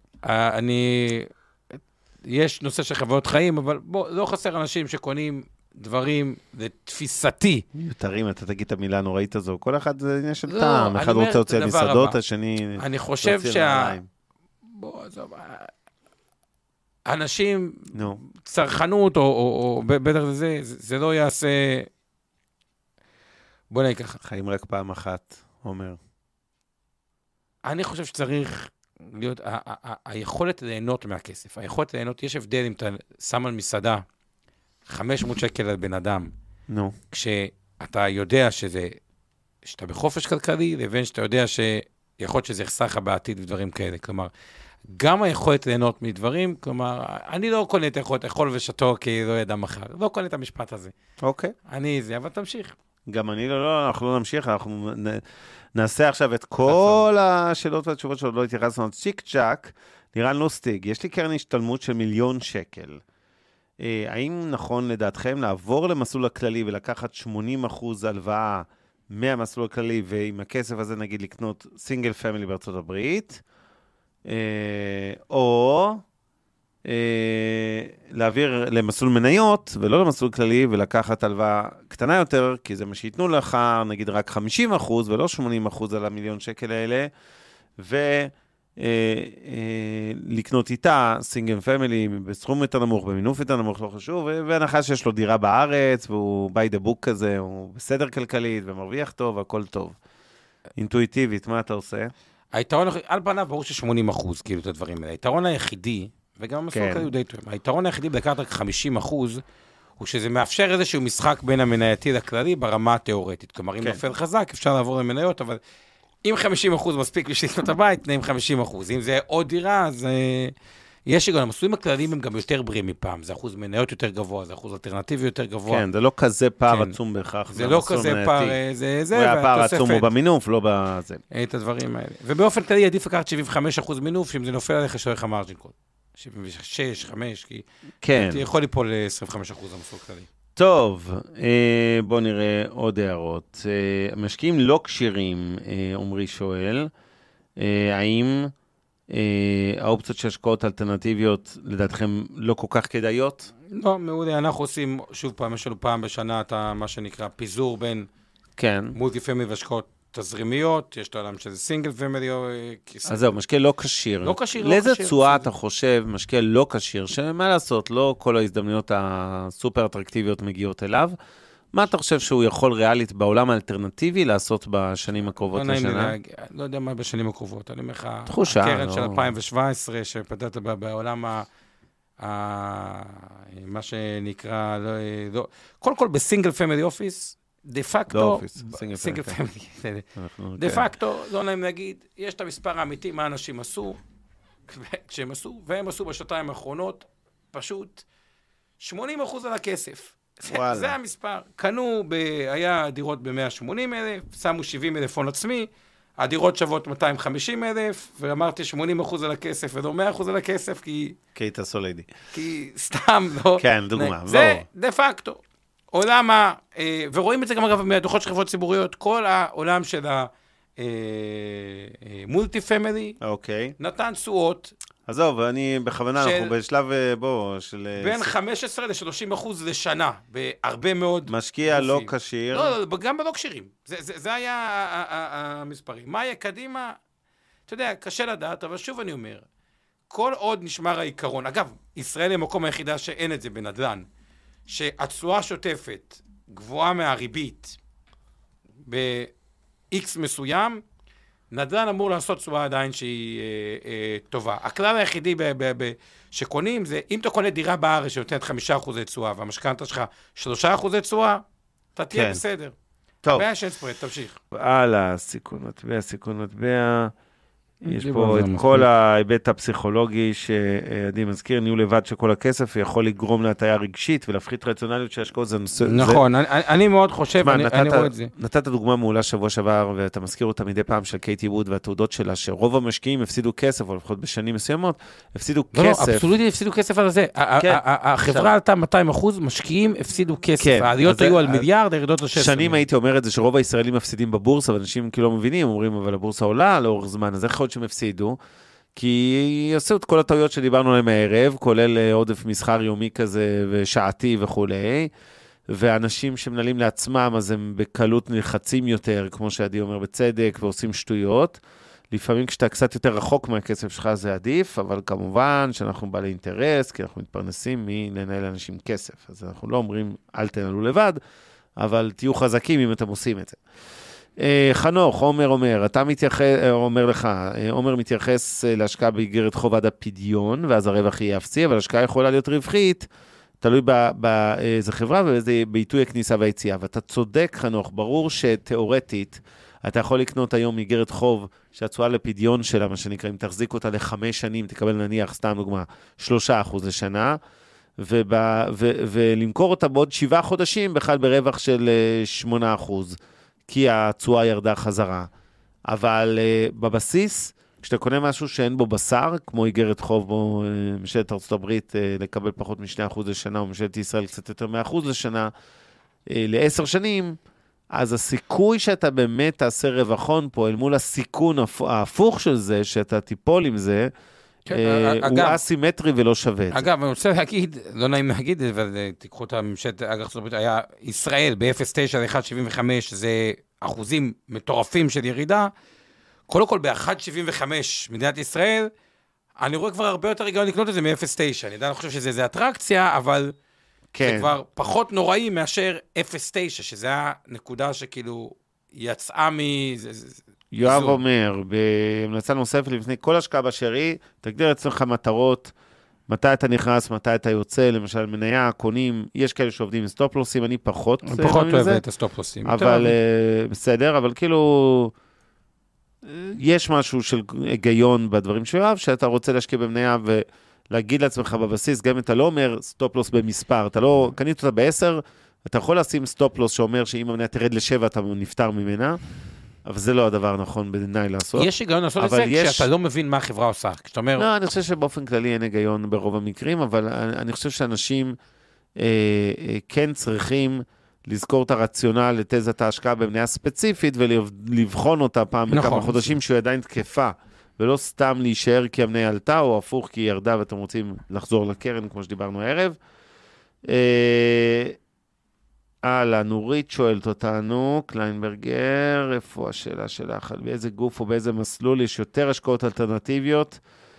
יש נושא של חוויות חיים, אבל בוא, לא חסר אנשים שקונים דברים לתפיסתי. מיותרים, אתה תגיד את המילה הנוראית הזו, כל אחד זה עניין של טעם, אחד רוצה להוציא על מסעדות, השני... אני חושב בוא, עזוב, אנשים, צרכנות, או בטח זה לא יעשה... בוא נהיה ככה. חיים רק פעם אחת, אומר. אני חושב שצריך להיות, היכולת ליהנות מהכסף, היכולת ליהנות, יש הבדל אם אתה שם על מסעדה 500 שקל על בן אדם, כשאתה יודע שאתה בחופש כלכלי, לבין שאתה יודע שיכול להיות שזה יחסך בעתיד ודברים כאלה. כלומר, גם היכולת ליהנות מדברים, כלומר, אני לא קונה את היכולת לאכול ושתו כי לא ידע מחר. לא קונה את המשפט הזה. אוקיי. אבל תמשיך. גם אני לא, אנחנו לא נמשיך, אנחנו נעשה עכשיו את כל השאלות והתשובות שעוד לא התייחסנו. צ'יק צ'ק, לירן לוסטיג, יש לי קרן השתלמות של 1,000,000 שקל. האם נכון לדעתכם לעבור למסלול הכללי ולקחת 80% הלוואה מהמסלול הכללי, ועם הכסף הזה נגיד לקנות סינגל פמילי בארצות הברית, או להעביר למסלול מניות ולא למסלול כללי ולקחת הלוואה קטנה יותר, כי זה מה שיתנו לך, נגיד רק 50% ולא 80% על 1,000,000 שקל האלה, לקנות איתה סינגל פמילי בסכום יותר נמוך, במינוף יותר נמוך, לא חשוב, והנחה שיש לו דירה בארץ, והוא by the book כזה, הוא בסדר כלכלית ומרוויח טוב, הכל טוב. אינטואיטיבית, מה אתה עושה? היתרון, על פניו ברור ש80%, כאילו את הדברים האלה. היתרון היחידי, וגם המסלול כזה הוא די טוב, היתרון היחידי בלקחת רק 50%, הוא שזה מאפשר איזשהו משחק בין המנייתי לכללי ברמה התיאורטית. כלומר, אם נופל חזק, אפשר לעבור למניות, אבל אם 50% מספיק בשביל לקנות הבית, נעים 50%. אם זה עוד דירה, אז יש שגם, המסלולים הכלליים הם גם יותר בריאים מפעם. זה אחוז מניות יותר גבוה, זה אחוז אלטרנטיבי יותר גבוה. כן, זה לא כזה פער עצום בהכרח. זה לא כזה פער, זה, והפער עצום הוא במינוף, לא בזה. את הדברים האלה. ובאופן כללי, עדיף לקחת 75% מינוף, שאם זה נופל עליך, שולח המרג'ין קוד. 76, 5, כי אתה יכול ליפול ל-25% המסלול כללי. טוב, בואו נראה עוד הערות. משקיעים לא קשירים, עומרי שואל, האם האופציות של השקעות אלטרנטיביות לדעתכם לא כל כך כדאיות? לא, מעולה. אנחנו עושים, שוב פעם, יש לנו פעם בשנה את מה שנקרא פיזור בין מולטי פמילי והשקעות תזרימיות, יש את העולם שזה סינגל פמילי. אז זהו, משקיע לא קשיר. לא קשיר. לאיזה צועה אתה חושב, משקיע לא קשיר, שמה לעשות, לא כל ההזדמנויות הסופר אטרקטיביות מגיעות אליו, מה אתה חושב שהוא יכול ריאלית בעולם האלטרנטיבי לעשות בשנים הקרובות לשנה? לא יודע מה בשנים הקרובות, אני אומר לך, תחושה, הקרן של 2017, שפתרת בעולם מה שנקרא, קודם כל בסינגל פמילי אופיס, דה פקטו, סינגל פמילי, דה פקטו, לא נעים להגיד, יש את המספר האמיתי, מה אנשים עשו, כשהם עשו, והם עשו בשנתיים האחרונות, פשוט 80% על הכסף. זה המספר. קנו, היה דירות ב-180,000, שמו 70,000 הון עצמי, הדירות שוות 250,000, ואמרתי 80% על הכסף ולא 100% על הכסף, כי אתה סולידי. כי סתם לא. כן, דוגמה. זה דה פקטו. עולם ורואים את זה גם אגב מהדוחות של חברות ציבוריות, כל העולם של המולטי פמילי, נתן תשואות, עזוב, אני בכוונה, אנחנו בשלב של... בין 15 ל-30% לשנה, בהרבה מאוד... משקיע לא קשיר. לא, גם בלא קשירים. זה היה המספרים. מה יהיה קדימה? אתה יודע, קשה לדעת, אבל שוב אני אומר, כל עוד נשמר העיקרון, אגב, ישראל היא המקום היחידה שאין את זה בנדל"ן, שהתשואה השוטפת גבוהה מהריבית ב-X מסוים, נדל"ן אמור לעשות תשואה עדיין שהיא טובה. הכלל היחידי שקונים זה, אם אתה קונה דירה בארץ שנותנת 5% תשואה, והמשכנתא שלך 3% תשואה, אתה תהיה בסדר. טוב. הבעיה שאין ספרד, תמשיך. הלאה, סיכון מטבע. יש פה את כל ההיבט הפסיכולוגי שעדי מזכיר, ניהול לבד של כל הכסף, יכול לגרום להטיה רגשית ולהפחית רציונליות של השקעות. נכון, אני מאוד חושב, אני רואה את זה. נתת דוגמה מעולה שבוע שעבר, ואתה מזכיר אותה מדי פעם של קייטי ווד והתעודות שלה, שרוב המשקיעים הפסידו כסף, או לפחות בשנים מסוימות, הפסידו כסף. לא, אבסולוטית הפסידו כסף על זה. החברה עלתה 200%, משקיעים הפסידו כסף. העליות היו על מיליארד, הירידות ל-16. שנים הייתי אומר את זה, שרוב הישראלים מפסידים בבורסה, ואנשים כאילו לא מבינים, אומרים, אבל הבורסה עולה לאורך זמן, אז איך יכול להיות שהם הפסידו? כי יעשו את כל הטעויות שדיברנו עליהם הערב, כולל עודף מסחר יומי כזה ושעתי וכולי, ואנשים שמנהלים לעצמם, אז הם בקלות נלחצים יותר, כמו שעדי אומר בצדק, ועושים שטויות. לפעמים כשאתה קצת יותר רחוק מהכסף שלך זה עדיף, אבל כמובן שאנחנו בעלי אינטרס, כי אנחנו מתפרנסים מלנהל לאנשים כסף. אז אנחנו לא אומרים, אל תנהלו לבד, אבל תהיו חזקים אם אתם עושים את זה. חנוך, עומר מתייחס להשקעה באיגרת חוב עד הפדיון, ואז הרווח יהיה אפסי, אבל השקעה יכולה להיות רווחית, תלוי באיזה חברה ובאיזה בעיתוי הכניסה והיציאה. ואתה צודק, חנוך, ברור שתיאורטית, אתה יכול לקנות היום איגרת חוב שהתשואה לפדיון שלה, מה שנקרא, אם תחזיק אותה ל5 שנים, תקבל נניח, סתם דוגמה, 3% לשנה, ולמכור אותה בעוד 7 חודשים, בכלל ברווח של 8%. כי התשואה ירדה חזרה. אבל בבסיס, כשאתה קונה משהו שאין בו בשר, כמו איגרת חוב, בו ממשלת ארצות הברית לקבל פחות מ2% לשנה, או ממשלת ישראל קצת יותר מ1% לשנה, ל10 שנים, אז הסיכוי שאתה באמת תעשה רווחון פה, אל מול הסיכון ההפוך של זה, שאתה תיפול עם זה, הוא אסימטרי ולא שווה את זה. אגב, אני רוצה להגיד, לא נעים להגיד, אבל תיקחו את הממשלת ארצות הברית, היה ישראל ב-0.9 ל-1.75, זה אחוזים מטורפים של ירידה. קודם כל, ב-1.75 מדינת ישראל, אני רואה כבר הרבה יותר היגיון לקנות את זה מ-0.9. אני עדיין חושב שזה אטרקציה, אבל זה כבר פחות נוראי מאשר 0.9, שזה הנקודה שכאילו יצאה יואב אומר, בהמלצה נוספת לפני כל השקעה בשרי, תגדיר אצלך מטרות, מתי אתה נכנס, מתי אתה יוצא, למשל מניה, קונים, יש כאלה שעובדים עם סטופלוסים, אני פחות אוהב את הסטופלוסים. אבל בסדר, אבל כאילו, יש משהו של היגיון בדברים שיואב, שאתה רוצה להשקיע במניה ולהגיד לעצמך בבסיס, גם אם אתה לא אומר סטופלוס במספר, אתה לא, קנית אותה ב10, אתה יכול לשים סטופלוס שאומר שאם המניה תרד ל7, אתה נפטר ממנה, אבל זה לא הדבר הנכון בעיניי לעשות. יש היגיון לעשות את זה כשאתה לא מבין מה החברה עושה. כשאתה אומר... לא, אני חושב שבאופן כללי אין היגיון ברוב המקרים, אבל אני חושב שאנשים כן צריכים לזכור את הרציונל לתזת ההשקעה במניה ספציפית, ולבחון אותה פעם בכמה חודשים שהיא עדיין תקפה, ולא סתם להישאר כי המניה עלתה, או הפוך כי היא ירדה ואתם רוצים לחזור לקרן, כמו שדיברנו הערב. נורית שואלת אותנו, קליינברגר, איפה השאלה שלך? באיזה גוף או באיזה מסלול יש יותר השקעות אלטרנטיביות,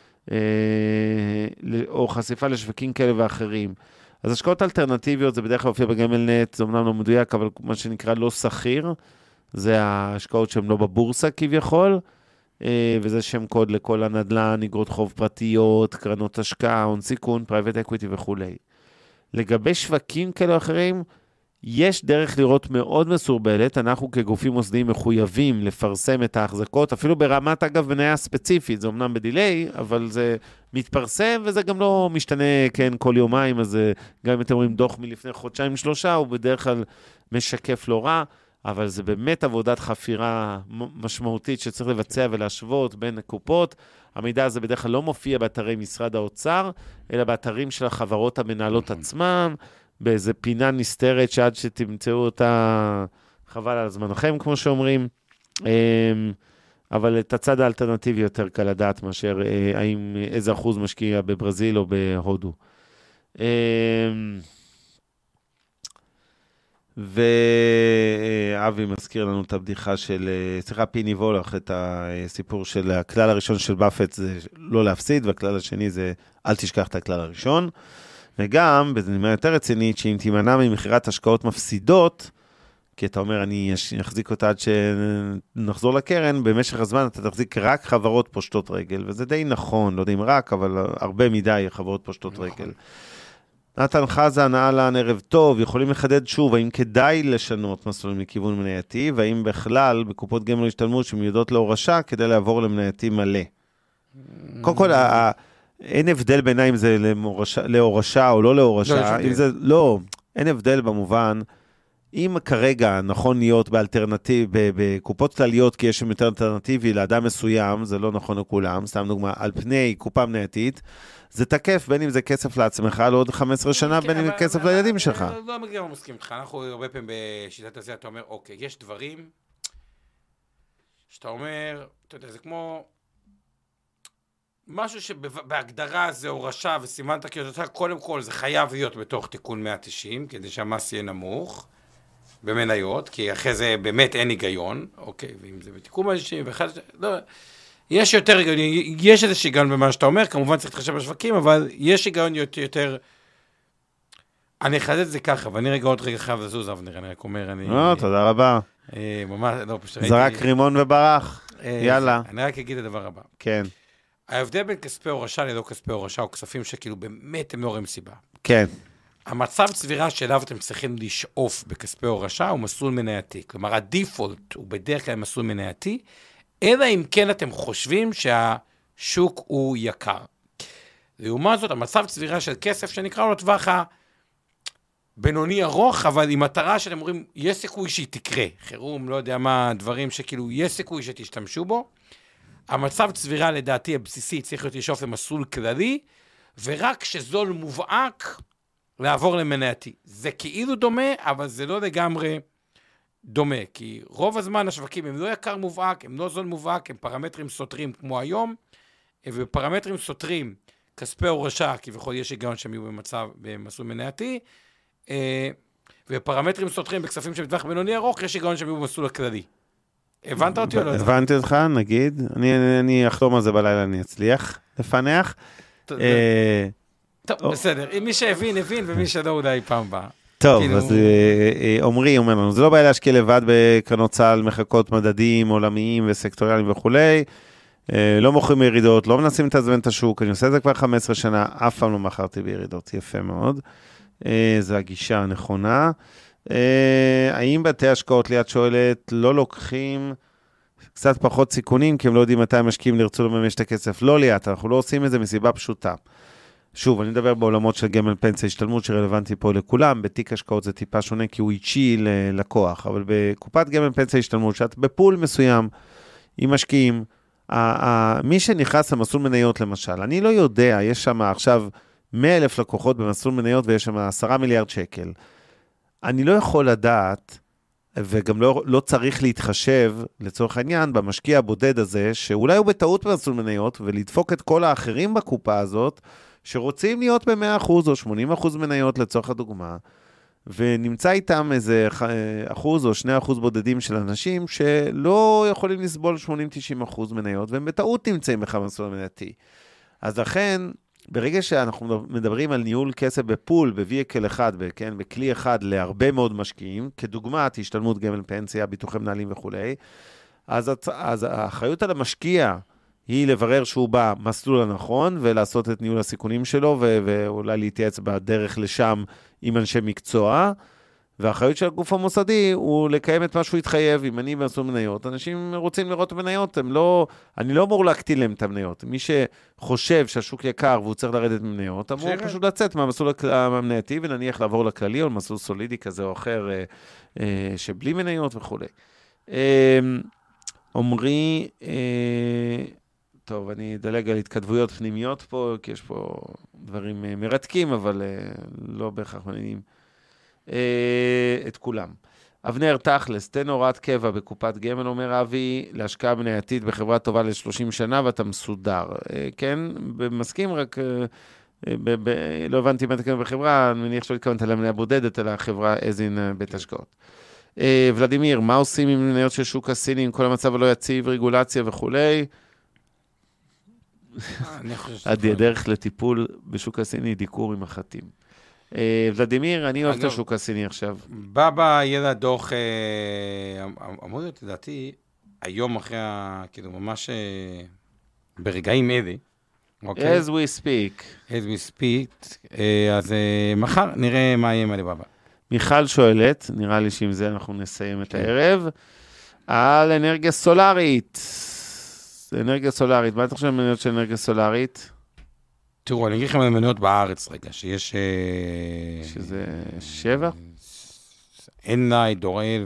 או חשיפה לשווקים כאלה ואחרים? אז השקעות אלטרנטיביות זה בדרך כלל הופיע בגמלנט, זה אומנם לא מדויק, אבל מה שנקרא לא שכיר, זה ההשקעות שהן לא בבורסה כביכול, וזה שם קוד לכל הנדל"ן, אגרות חוב פרטיות, קרנות השקעה, הון סיכון, פרייבט אקוויטי וכו'. לגבי שווקים כאלה אחרים, יש דרך לראות מאוד מסורבלת, אנחנו כגופים מוסדיים מחויבים לפרסם את ההחזקות, אפילו ברמת אגב מניה ספציפית, זה אומנם בדיליי, אבל זה מתפרסם וזה גם לא משתנה כן כל יומיים, אז גם אם אתם רואים דוח מלפני 1-3 הוא בדרך כלל משקף לא רע, אבל זה באמת עבודת חפירה משמעותית שצריך לבצע ולהשוות בין הקופות. המידע הזה בדרך כלל לא מופיע באתרי משרד האוצר, אלא באתרים של החברות המנהלות עצמן, באיזה פינה נסתרת שעד שתמצאו אותה חבל על זמנכם, כמו שאומרים. אבל את הצד האלטרנטיבי יותר קל לדעת מאשר האם איזה אחוז משקיע בברזיל או בהודו. ואבי מזכיר לנו את הבדיחה של, פיני וולך, את הסיפור של הכלל הראשון של באפט זה לא להפסיד, והכלל השני זה אל תשכח את הכלל הראשון. וגם, בנימה יותר רצינית, שאם תימנע ממכירת השקעות מפסידות, כי אתה אומר, אני אחזיק אותה עד שנחזור לקרן, במשך הזמן אתה תחזיק רק חברות פושטות רגל, וזה די נכון, לא יודע אם רק, אבל הרבה מדי חברות פושטות רגל. נתן חזן, אהלן, ערב טוב, יכולים לחדד שוב, האם כדאי לשנות מסלולים לכיוון מנייתי, והאם בכלל בקופות גמל השתלמות שמיועדות להורשה, כדי לעבור למנייתי מלא. קודם כל, אין הבדל בעיניי אם זה להורשה או לא להורשה, לא, אין הבדל במובן, אם כרגע נכון להיות באלטרנטיב, בקופות כלליות, כי יש שם יותר אלטרנטיבי לאדם מסוים, זה לא נכון לכולם, סתם דוגמה, על פני קופה מנייתית, זה תקף, בין אם זה כסף לעצמך, לעוד 15 שנה, בין אם זה כסף לילדים שלך. לא מגיע מסכים איתך, אנחנו הרבה פעמים בשיטת הזה, אתה אומר, אוקיי, יש דברים שאתה אומר, אתה יודע, זה כמו משהו שבהגדרה זה הורשה וסימנת כיותר, קודם כל זה חייב להיות בתוך תיקון 190, כדי שהמס יהיה נמוך במניות, כי אחרי זה באמת אין היגיון, אוקיי, ואם זה בתיקון 190, לא, יש יותר היגיון, יש איזה היגיון במה שאתה אומר, כמובן צריך להתחשב בשווקים, אבל יש היגיון יותר, אני אחדד את זה ככה, ואני רגע עוד רגע חייב לזוז, אבנר, אני רק אומר, תודה רבה. ממש, לא, פשוט ראיתי. זרק רימון וברח, יאללה. אני רק אגיד את הדבר הבא. כן. ההבדל בין כספי הורשה ללא כספי הורשה, או כספים שכאילו באמת הם לא רואים סיבה. כן. המצב צבירה שאליו אתם צריכים לשאוף בכספי הורשה הוא מסלול מנייתי. כלומר, הדיפולט הוא בדרך כלל מסלול מנייתי, אלא אם כן אתם חושבים שהשוק הוא יקר. לעומת זאת, המצב צבירה של כסף שנקרא לו טווח הבינוני ארוך, אבל עם מטרה שאתם אומרים, יש סיכוי שהיא תקרה. חירום, לא יודע מה, דברים שכאילו יש סיכוי שתשתמשו בו. המצב צבירה לדעתי הבסיסי צריך להיות לשאוף למסלול כללי, ורק כשזול מובהק לעבור למנייתי. זה כאילו דומה, אבל זה לא לגמרי דומה, כי רוב הזמן השווקים הם לא יקר מובהק, הם לא זול מובהק, הם פרמטרים סותרים כמו היום, ופרמטרים סותרים, כספי הורשה, כביכול יש היגיון שהם יהיו במסלול מנייתי, ופרמטרים סותרים בכספים שבטווח בינוני ארוך, יש היגיון שהם יהיו במסלול הכללי. הבנת אותי או לא? הבנתי אותך, נגיד. אני אחתום על זה בלילה, אני אצליח לפענח. טוב, בסדר. מי שהבין, הבין, ומי שלא אולי פעם באה. טוב, אז עומרי אומר לנו, זה לא בעיה להשקיע לבד בקרנות צה"ל, מחלקות מדדים, עולמיים וסקטוריאליים וכולי. לא מוכרים בירידות, לא מנסים לתזמן את השוק, אני עושה את זה כבר 15 שנה, אף פעם לא מכרתי בירידות, יפה מאוד. זו הגישה הנכונה. האם בתי השקעות ליד שואלת לא לוקחים קצת פחות סיכונים, כי הם לא יודעים מתי המשקיעים לרצו לממש את הכסף? לא ליד, אנחנו לא עושים את זה מסיבה פשוטה. שוב, אני מדבר בעולמות של גמל פנסיה השתלמות שרלוונטי פה לכולם, בתיק השקעות זה טיפה שונה כי הוא אישי ללקוח, אבל בקופת גמל פנסיה השתלמות, שאת בפול מסוים עם משקיעים, מי שנכנס למסלול מניות למשל, אני לא יודע, יש שם עכשיו 100,000 לקוחות במסלול מניות ויש שם 10 מיליארד שקל. אני לא יכול לדעת, וגם לא צריך להתחשב לצורך העניין במשקיע הבודד הזה, שאולי הוא בטעות במסלול מניות, ולדפוק את כל האחרים בקופה הזאת, שרוצים להיות ב-100% או 80% מניות לצורך הדוגמה, ונמצא איתם איזה 1% או 2% בודדים של אנשים, שלא יכולים לסבול 80-90% מניות, והם בטעות נמצאים במסלול מנייתי. אז לכן, ברגע שאנחנו מדברים על ניהול כסף בפול, בוויקל אחד, בכלי אחד להרבה מאוד משקיעים, כדוגמת השתלמות גמל פנסיה, ביטוחי מנהלים וכו', אז האחריות על המשקיע היא לברר שהוא במסלול הנכון, ולעשות את ניהול הסיכונים שלו, ואולי להתייעץ בדרך לשם עם אנשי מקצוע, והאחריות של הגוף המוסדי הוא לקיים את מה שהוא יתחייב. אם אני במסלול מניות, אנשים רוצים לראות מניות, אני לא אמור להקטין להם את המניות. מי שחושב שהשוק יקר והוא צריך לרדת ממניות, אמור פשוט לצאת מהמסלול המנייתי, ונניח לעבור לכללי או למסלול סולידי כזה או אחר, שבלי מניות וכו'. עומרי, טוב, אני אדלג על התכתבויות פנימיות פה, כי יש פה דברים מרתקים, אבל לא בהכרח מעניינים. את כולם. אבנר, תכלס, תן הוראת קבע בקופת גמל, אומר אבי, להשקעה מנייתית בחברה טובה ל-30 שנה, ואתה מסודר. כן, מסכים, רק לא הבנתי מה תקדם בחברה, אני מניח שלא התכוונת למניה בודדת, אלא החברה איזין בית השקעות. ולדימיר, מה עושים עם מניות של שוק הסיני, עם כל המצב הלא יציב, רגולציה וכולי? הדרך לטיפול בשוק הסיני, דיקור עם החתים. ולדימיר, אני אוהב את השוק הסיני עכשיו. בבא יהיה לה דוח, אמור להיות, לדעתי, היום אחרי, כאילו, ממש ברגעים אלה. As we speak. As we speak. אז מחר נראה מה יהיה עם עליבאבא. מיכל שואלת, נראה לי שעם זה אנחנו נסיים את הערב, על אנרגיה סולארית. אנרגיה סולארית, מה אתה חושב על מניות של אנרגיה סולארית? תראו, אני אגיד לכם על מניות בארץ רגע, שיש... שזה 7? אנליי, דוראל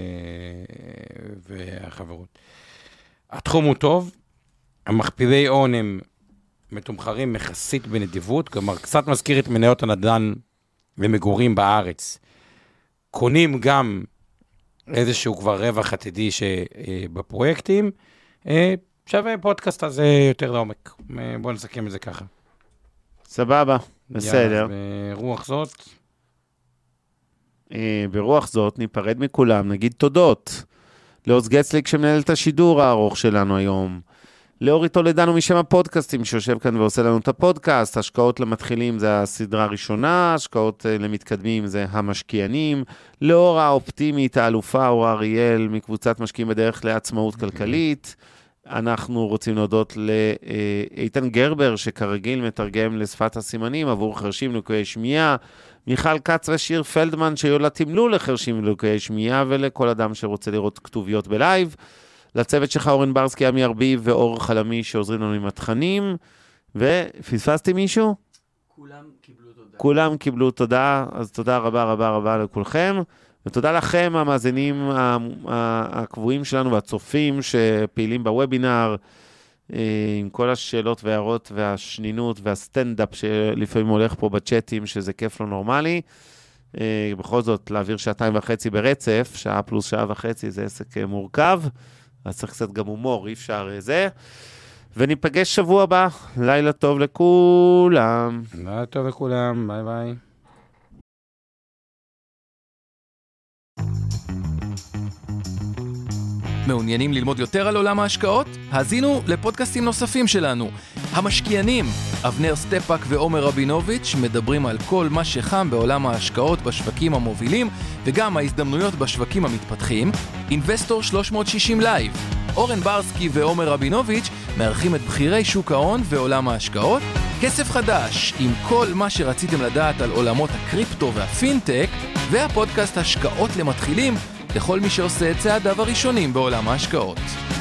והחברות. התחום הוא טוב, המכפילי הון הם מתומחרים מחסית בנדיבות, כלומר, קצת מזכיר את מניות הנדל"ן למגורים בארץ. קונים גם איזשהו כבר רווח עתידי שבפרויקטים, שווה פודקאסט הזה יותר לעומק. בואו נסכם את זה ככה. סבבה, בסדר. ברוח זאת ניפרד מכולם, נגיד תודות. לעוז גצליק שמנהל את השידור הארוך שלנו היום. לאורי טולדנו משם הפודקאסטים שיושב כאן ועושה לנו את הפודקאסט. השקעות למתחילים זה הסדרה הראשונה, השקעות למתקדמים זה המשקיענים. לאור האופטימית, האלופה אורה אריאל מקבוצת משקיעים בדרך לעצמאות כלכלית. אנחנו רוצים להודות לאיתן גרבר שכרגיל מתרגם לשפת הסימנים עבור חרשים ולקויי שמיעה. מיכל קץ ושיר פלדמן שיולה תמלו לחרשים ולקויי שמיעה ולכל אדם שרוצה לראות כתוביות בלייב. לצוות שלך אורן ברסקי, עמי ארביב ואור חלמי שעוזרים לנו עם התכנים. ופספסתי מישהו? כולם קיבלו תודה, אז תודה רבה רבה רבה לכולכם, ותודה לכם המאזינים הקבועים שלנו והצופים שפעילים בוובינר, עם כל השאלות והערות והשנינות והסטנדאפ שלפעמים הולך פה בצ'אטים, שזה כיף לא נורמלי. בכל זאת, להעביר 2.5 ברצף, שעה פלוס 1.5 זה עסק מורכב, אז צריך קצת גם הומור, אי אפשר זה. וניפגש שבוע הבא, לילה טוב לכולם. לילה טוב לכולם, ביי ביי. מעוניינים ללמוד יותר על עולם ההשקעות? האזינו לפודקאסטים נוספים שלנו. המשקיענים, אבנר סטפאק ועומר רבינוביץ' מדברים על כל מה שחם בעולם ההשקעות בשווקים המובילים, וגם ההזדמנויות בשווקים המתפתחים. אינבסטור 360 לייב. אורן ברסקי ועומר רבינוביץ' מארחים את בחירי שוק ההון ועולם ההשקעות. כסף חדש, עם כל מה שרציתם לדעת על עולמות הקריפטו והפינטק, והפודקאסט השקעות למתחילים, לכל מי שעושה את צעדיו הראשונים בעולם ההשקעות.